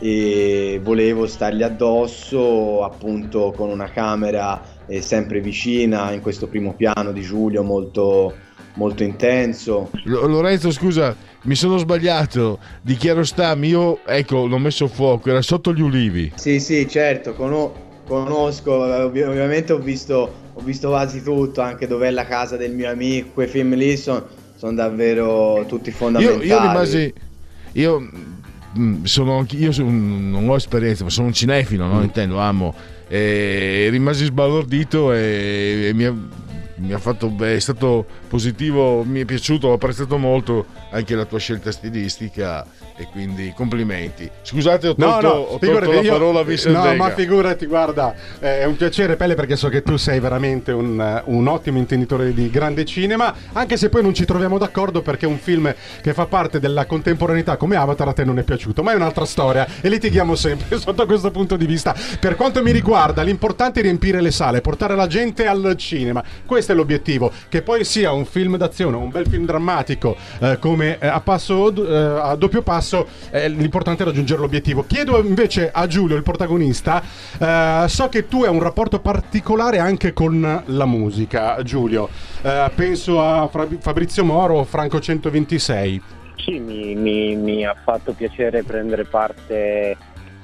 e volevo stargli addosso appunto con una camera eh, sempre vicina, in questo primo piano di Giulio molto, molto intenso. L- Lorenzo, scusa, mi sono sbagliato, di Kiarostami io, ecco, l'ho messo a fuoco, era Sotto gli ulivi. Sì, sì, certo, con- conosco, ovvi- ovviamente ho visto, ho visto quasi tutto, anche Dov'è la casa del mio amico, quei film lì sono son davvero tutti fondamentali. Io, io rimasi, io... Sono, io sono, non ho esperienza, ma sono un cinefilo, no? Intendo, amo, e rimasi sbalordito e, e mi, ha, mi ha fatto, beh, è stato positivo, mi è piaciuto, ho apprezzato molto anche la tua scelta stilistica e quindi complimenti. Scusate, ho No, tolto, no, ho tolto figurati, la io- parola a Vincent no, Vega. ma figurati, guarda, eh, è un piacere, Pelle, perché so che tu sei veramente un, un ottimo intenditore di grande cinema, anche se poi non ci troviamo d'accordo perché un film che fa parte della contemporaneità come Avatar a te non è piaciuto, ma è un'altra storia e litighiamo sempre sotto questo punto di vista. Per quanto mi riguarda, l'importante è riempire le sale, portare la gente al cinema, questo è l'obiettivo. Che poi sia un film d'azione, un bel film drammatico, eh, come eh, a passo eh, a doppio passo, eh, l'importante è raggiungere l'obiettivo. Chiedo invece a Giulio, il protagonista, eh, so che tu hai un rapporto particolare anche con la musica, Giulio. Eh, penso a Fra- Fabrizio Moro, Franco centoventisei. Sì, mi, mi- mi ha fatto piacere prendere parte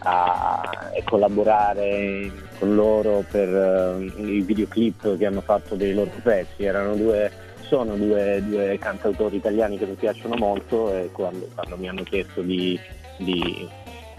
a, e collaborare con loro per eh, i videoclip che hanno fatto dei loro pezzi. Erano due, sono due, due cantautori italiani che mi piacciono molto, e quando, quando mi hanno chiesto di, di,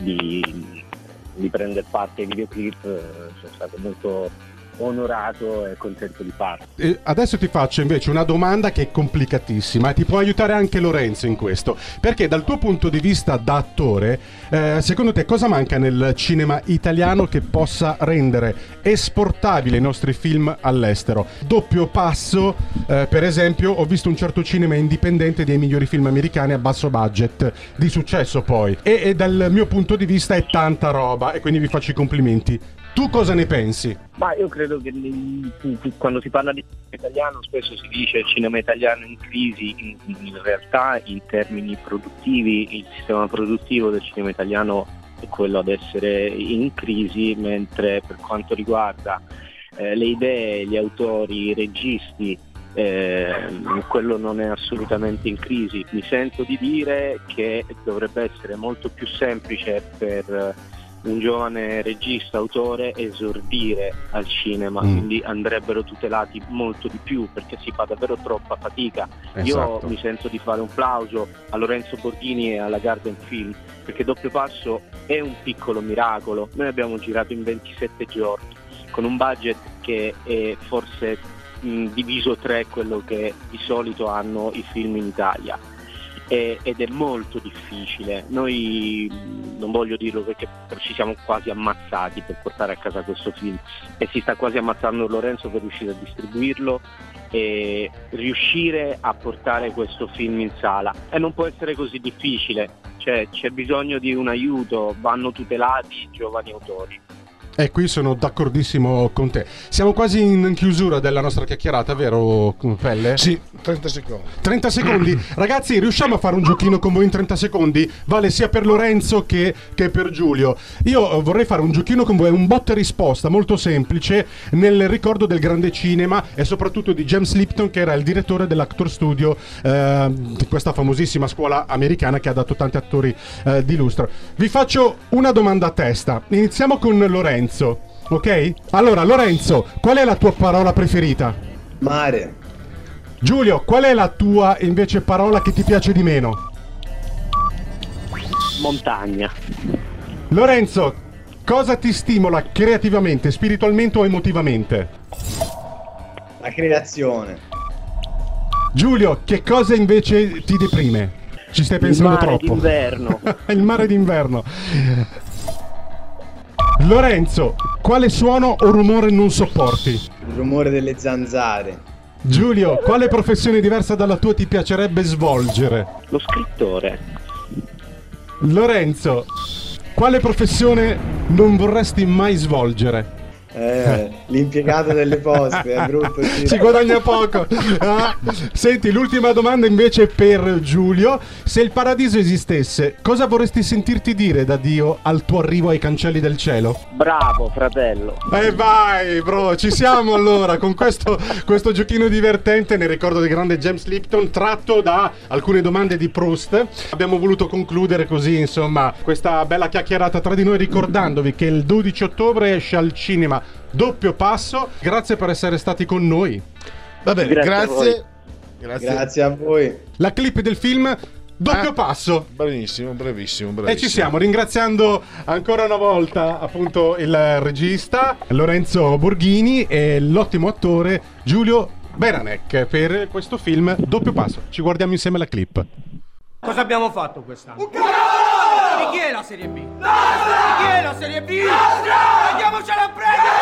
di, di prendere parte ai videoclip eh, sono stato molto onorato e contento di farlo. E adesso ti faccio invece una domanda che è complicatissima e ti può aiutare anche Lorenzo in questo, perché dal tuo punto di vista da attore, eh, secondo te cosa manca nel cinema italiano che possa rendere esportabile i nostri film all'estero? Doppio passo, eh, per esempio, ho visto un certo cinema indipendente dei migliori film americani a basso budget, di successo poi, e, e dal mio punto di vista è tanta roba, e quindi vi faccio i complimenti. Tu cosa ne pensi? Ma io credo che li- quando si parla di cinema italiano spesso si dice cinema italiano in crisi, in, in realtà in termini produttivi il sistema produttivo del cinema italiano è quello ad essere in crisi, mentre per quanto riguarda eh, le idee, gli autori, i registi, eh, quello non è assolutamente in crisi. Mi sento di dire che dovrebbe essere molto più semplice per un giovane regista, autore, esordire al cinema, Mm. quindi andrebbero tutelati molto di più, perché si fa davvero troppa fatica. Esatto. Io mi sento di fare un plauso a Lorenzo Borghini e alla Garden Film, perché Doppio Passo è un piccolo miracolo. Noi abbiamo girato in ventisette giorni con un budget che è forse mh, diviso tre quello che di solito hanno i film in Italia. E- ed è molto difficile. Noi mh, non voglio dirlo perché però ci siamo quasi ammazzati per portare a casa questo film, e si sta quasi ammazzando Lorenzo per riuscire a distribuirlo e riuscire a portare questo film in sala, e non può essere così difficile, cioè c'è bisogno di un aiuto, vanno tutelati i giovani autori. E qui sono d'accordissimo con te. Siamo quasi in chiusura della nostra chiacchierata, vero Pelle? Sì, trenta secondi. trenta secondi. Ragazzi, riusciamo a fare un giochino con voi in trenta secondi? Vale sia per Lorenzo che, che per Giulio. Io vorrei fare un giochino con voi, un botta e risposta molto semplice, nel ricordo del grande cinema e soprattutto di James Lipton, che era il direttore dell'Actor Studio, eh, di questa famosissima scuola americana che ha dato tanti attori eh, di lustro. Vi faccio una domanda a testa. Iniziamo con Lorenzo. Ok? Allora, Lorenzo, qual è la tua parola preferita? Mare. Giulio, qual è la tua invece parola che ti piace di meno? Montagna. Lorenzo, cosa ti stimola creativamente, spiritualmente o emotivamente? La creazione. Giulio, che cosa invece ti deprime? Ci stai pensando Il mare troppo. d'inverno. Il mare d'inverno. Lorenzo, quale suono o rumore non sopporti? Il rumore delle zanzare. Giulio, quale professione diversa dalla tua ti piacerebbe svolgere? Lo scrittore. Lorenzo, quale professione non vorresti mai svolgere? Eh, l'impiegato delle poste, è brutto. Sì. Si guadagna poco. Ah, senti, l'ultima domanda invece per Giulio. Se il paradiso esistesse, cosa vorresti sentirti dire da Dio al tuo arrivo ai cancelli del cielo? Bravo, fratello. E vai, bro, ci siamo allora con questo, questo giochino divertente nel ricordo del grande James Lipton, tratto da alcune domande di Proust. Abbiamo voluto concludere così, insomma, questa bella chiacchierata tra di noi, ricordandovi che il dodici ottobre esce al cinema Doppio Passo. Grazie per essere stati con noi. Va bene, Grazie grazie. a Grazie. Grazie a voi. La clip del film Doppio Ah, Passo. Bravissimo, bravissimo, bravissimo. E ci siamo, ringraziando ancora una volta appunto il regista Lorenzo Borghini e l'ottimo attore Giulio Beranek per questo film Doppio Passo. Ci guardiamo insieme la clip. Cosa abbiamo fatto quest'anno? Serie B? Nostra! Chi è la Serie B? Nostra! Andiamocela a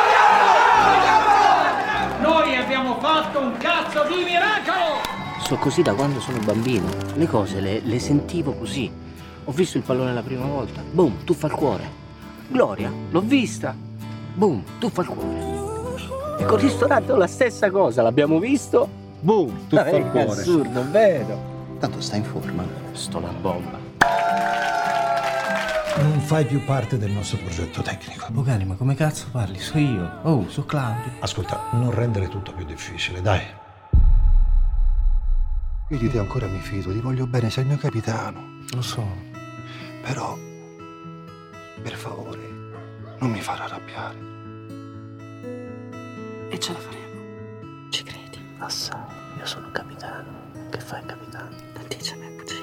prendere! Noi abbiamo fatto un cazzo di miracolo! So così da quando sono bambino. Le cose le, le sentivo così. Ho visto il pallone la prima volta. Boom, tuffa al cuore. Gloria, l'ho vista. Boom, tuffa al cuore. E col ristorante ho la stessa cosa. L'abbiamo visto. Boom, tuffa al cuore. È assurdo, vero? Tanto stai in forma. Sto una bomba. Non fai più parte del nostro progetto tecnico. Bocani, ma come cazzo parli? So io. Oh, so Claudio. Ascolta, non rendere tutto più difficile, dai. Io di te ancora mi fido, ti voglio bene, sei il mio capitano. Lo so. Però, per favore, non mi far arrabbiare. E ce la faremo. Ci credi? Assai. Io sono capitano. Che fai, capitano? Non dice a me bugie.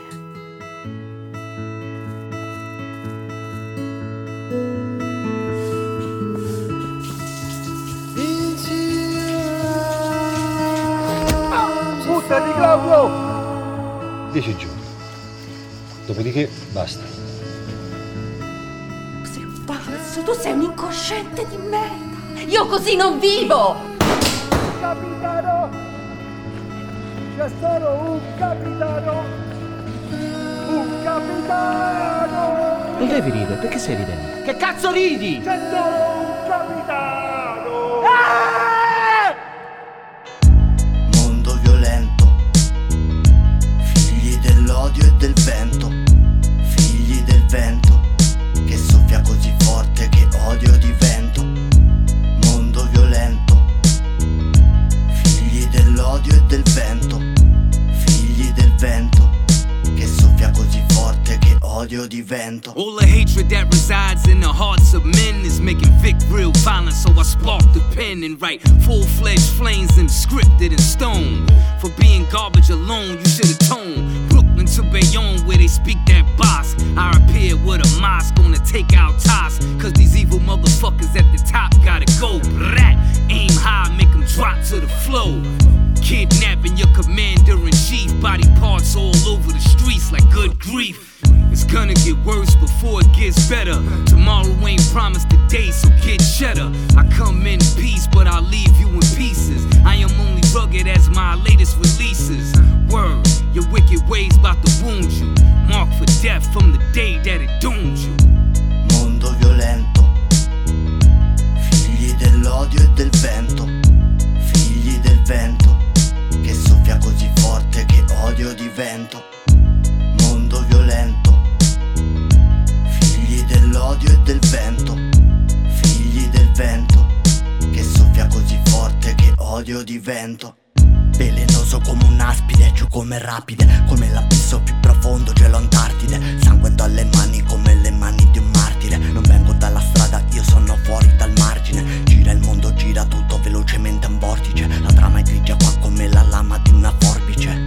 Buttati, Claudio! Dieci giorni. Dopodiché basta. Sei un pazzo, tu sei un incosciente di merda. Io così non vivo! Capitano! C'è solo un capitano! Un capitano! Non devi ridere, perché stai ridendo? Che cazzo ridi? C'è solo un capitano! Ah! Mondo violento, figli dell'odio e del vento, figli del vento, che soffia così forte che odio divento. Mondo violento, figli dell'odio e del vento, figli del vento, che soffia così forte che odio divento. All the hatred that resides in the hearts of men is making Vic real violent, so I spark the pen and write full-fledged flames and scripted in stone. For being garbage alone, you should atone. Brooklyn to Bayonne, where they speak that boss. I appear with a mosque, gonna take out Toss, cause these evil motherfuckers at the top gotta go. Brat, aim high, make them drop to the floor. Kidnapping your commander-in-chief, body parts all over the streets like good grief. It's gonna get worse before it gets better. Tomorrow ain't promised today, so get cheddar. I come in peace, but I'll leave you in pieces. I am only rugged as my latest releases. Word, your wicked ways bout to wound you. Marked for death from the day that it doomed you. Mondo violento, figli dell'odio e del vento, figli del vento, che soffia così forte che odio divento. Mondo violento, figli dell'odio e del vento, figli del vento, che soffia così forte che odio divento. Velenoso come un'aspide, giù come rapide, come l'abisso più profondo, gelo Antartide. Sanguento alle mani come le mani di un martire. Non vengo dalla strada, io sono fuori dal margine. Gira il mondo, gira tutto velocemente a un vortice. La trama è grigia qua come la lama di una forbice.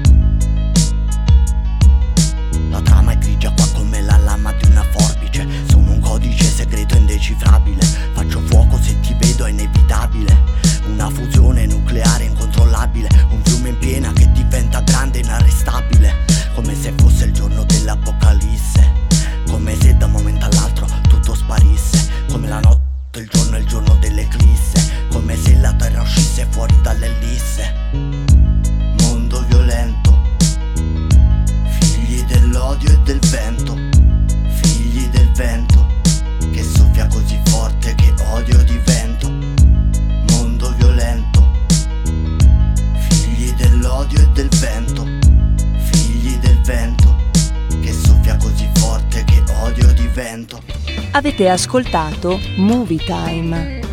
La trama è grigia qua come la lama di una forbice. Sono un codice segreto indecifrabile. Faccio fuoco se ti vedo, è inevitabile. Una fusione nucleare incontrollabile. Un fiume in piena che diventa grande e inarrestabile. Come se fosse il giorno dell'apocalisse. Come se da un momento all'altro tutto sparisse. Come la notte, il giorno e il giorno dell'eclisse. Come se la terra uscisse fuori dall'ellisse. Mondo violento, figli dell'odio e del vento, figli del vento, che soffia così forte che odio divento. Mondo violento, figli dell'odio e del vento, figli del vento, che soffia così forte che odio divento. Avete ascoltato Movie Time.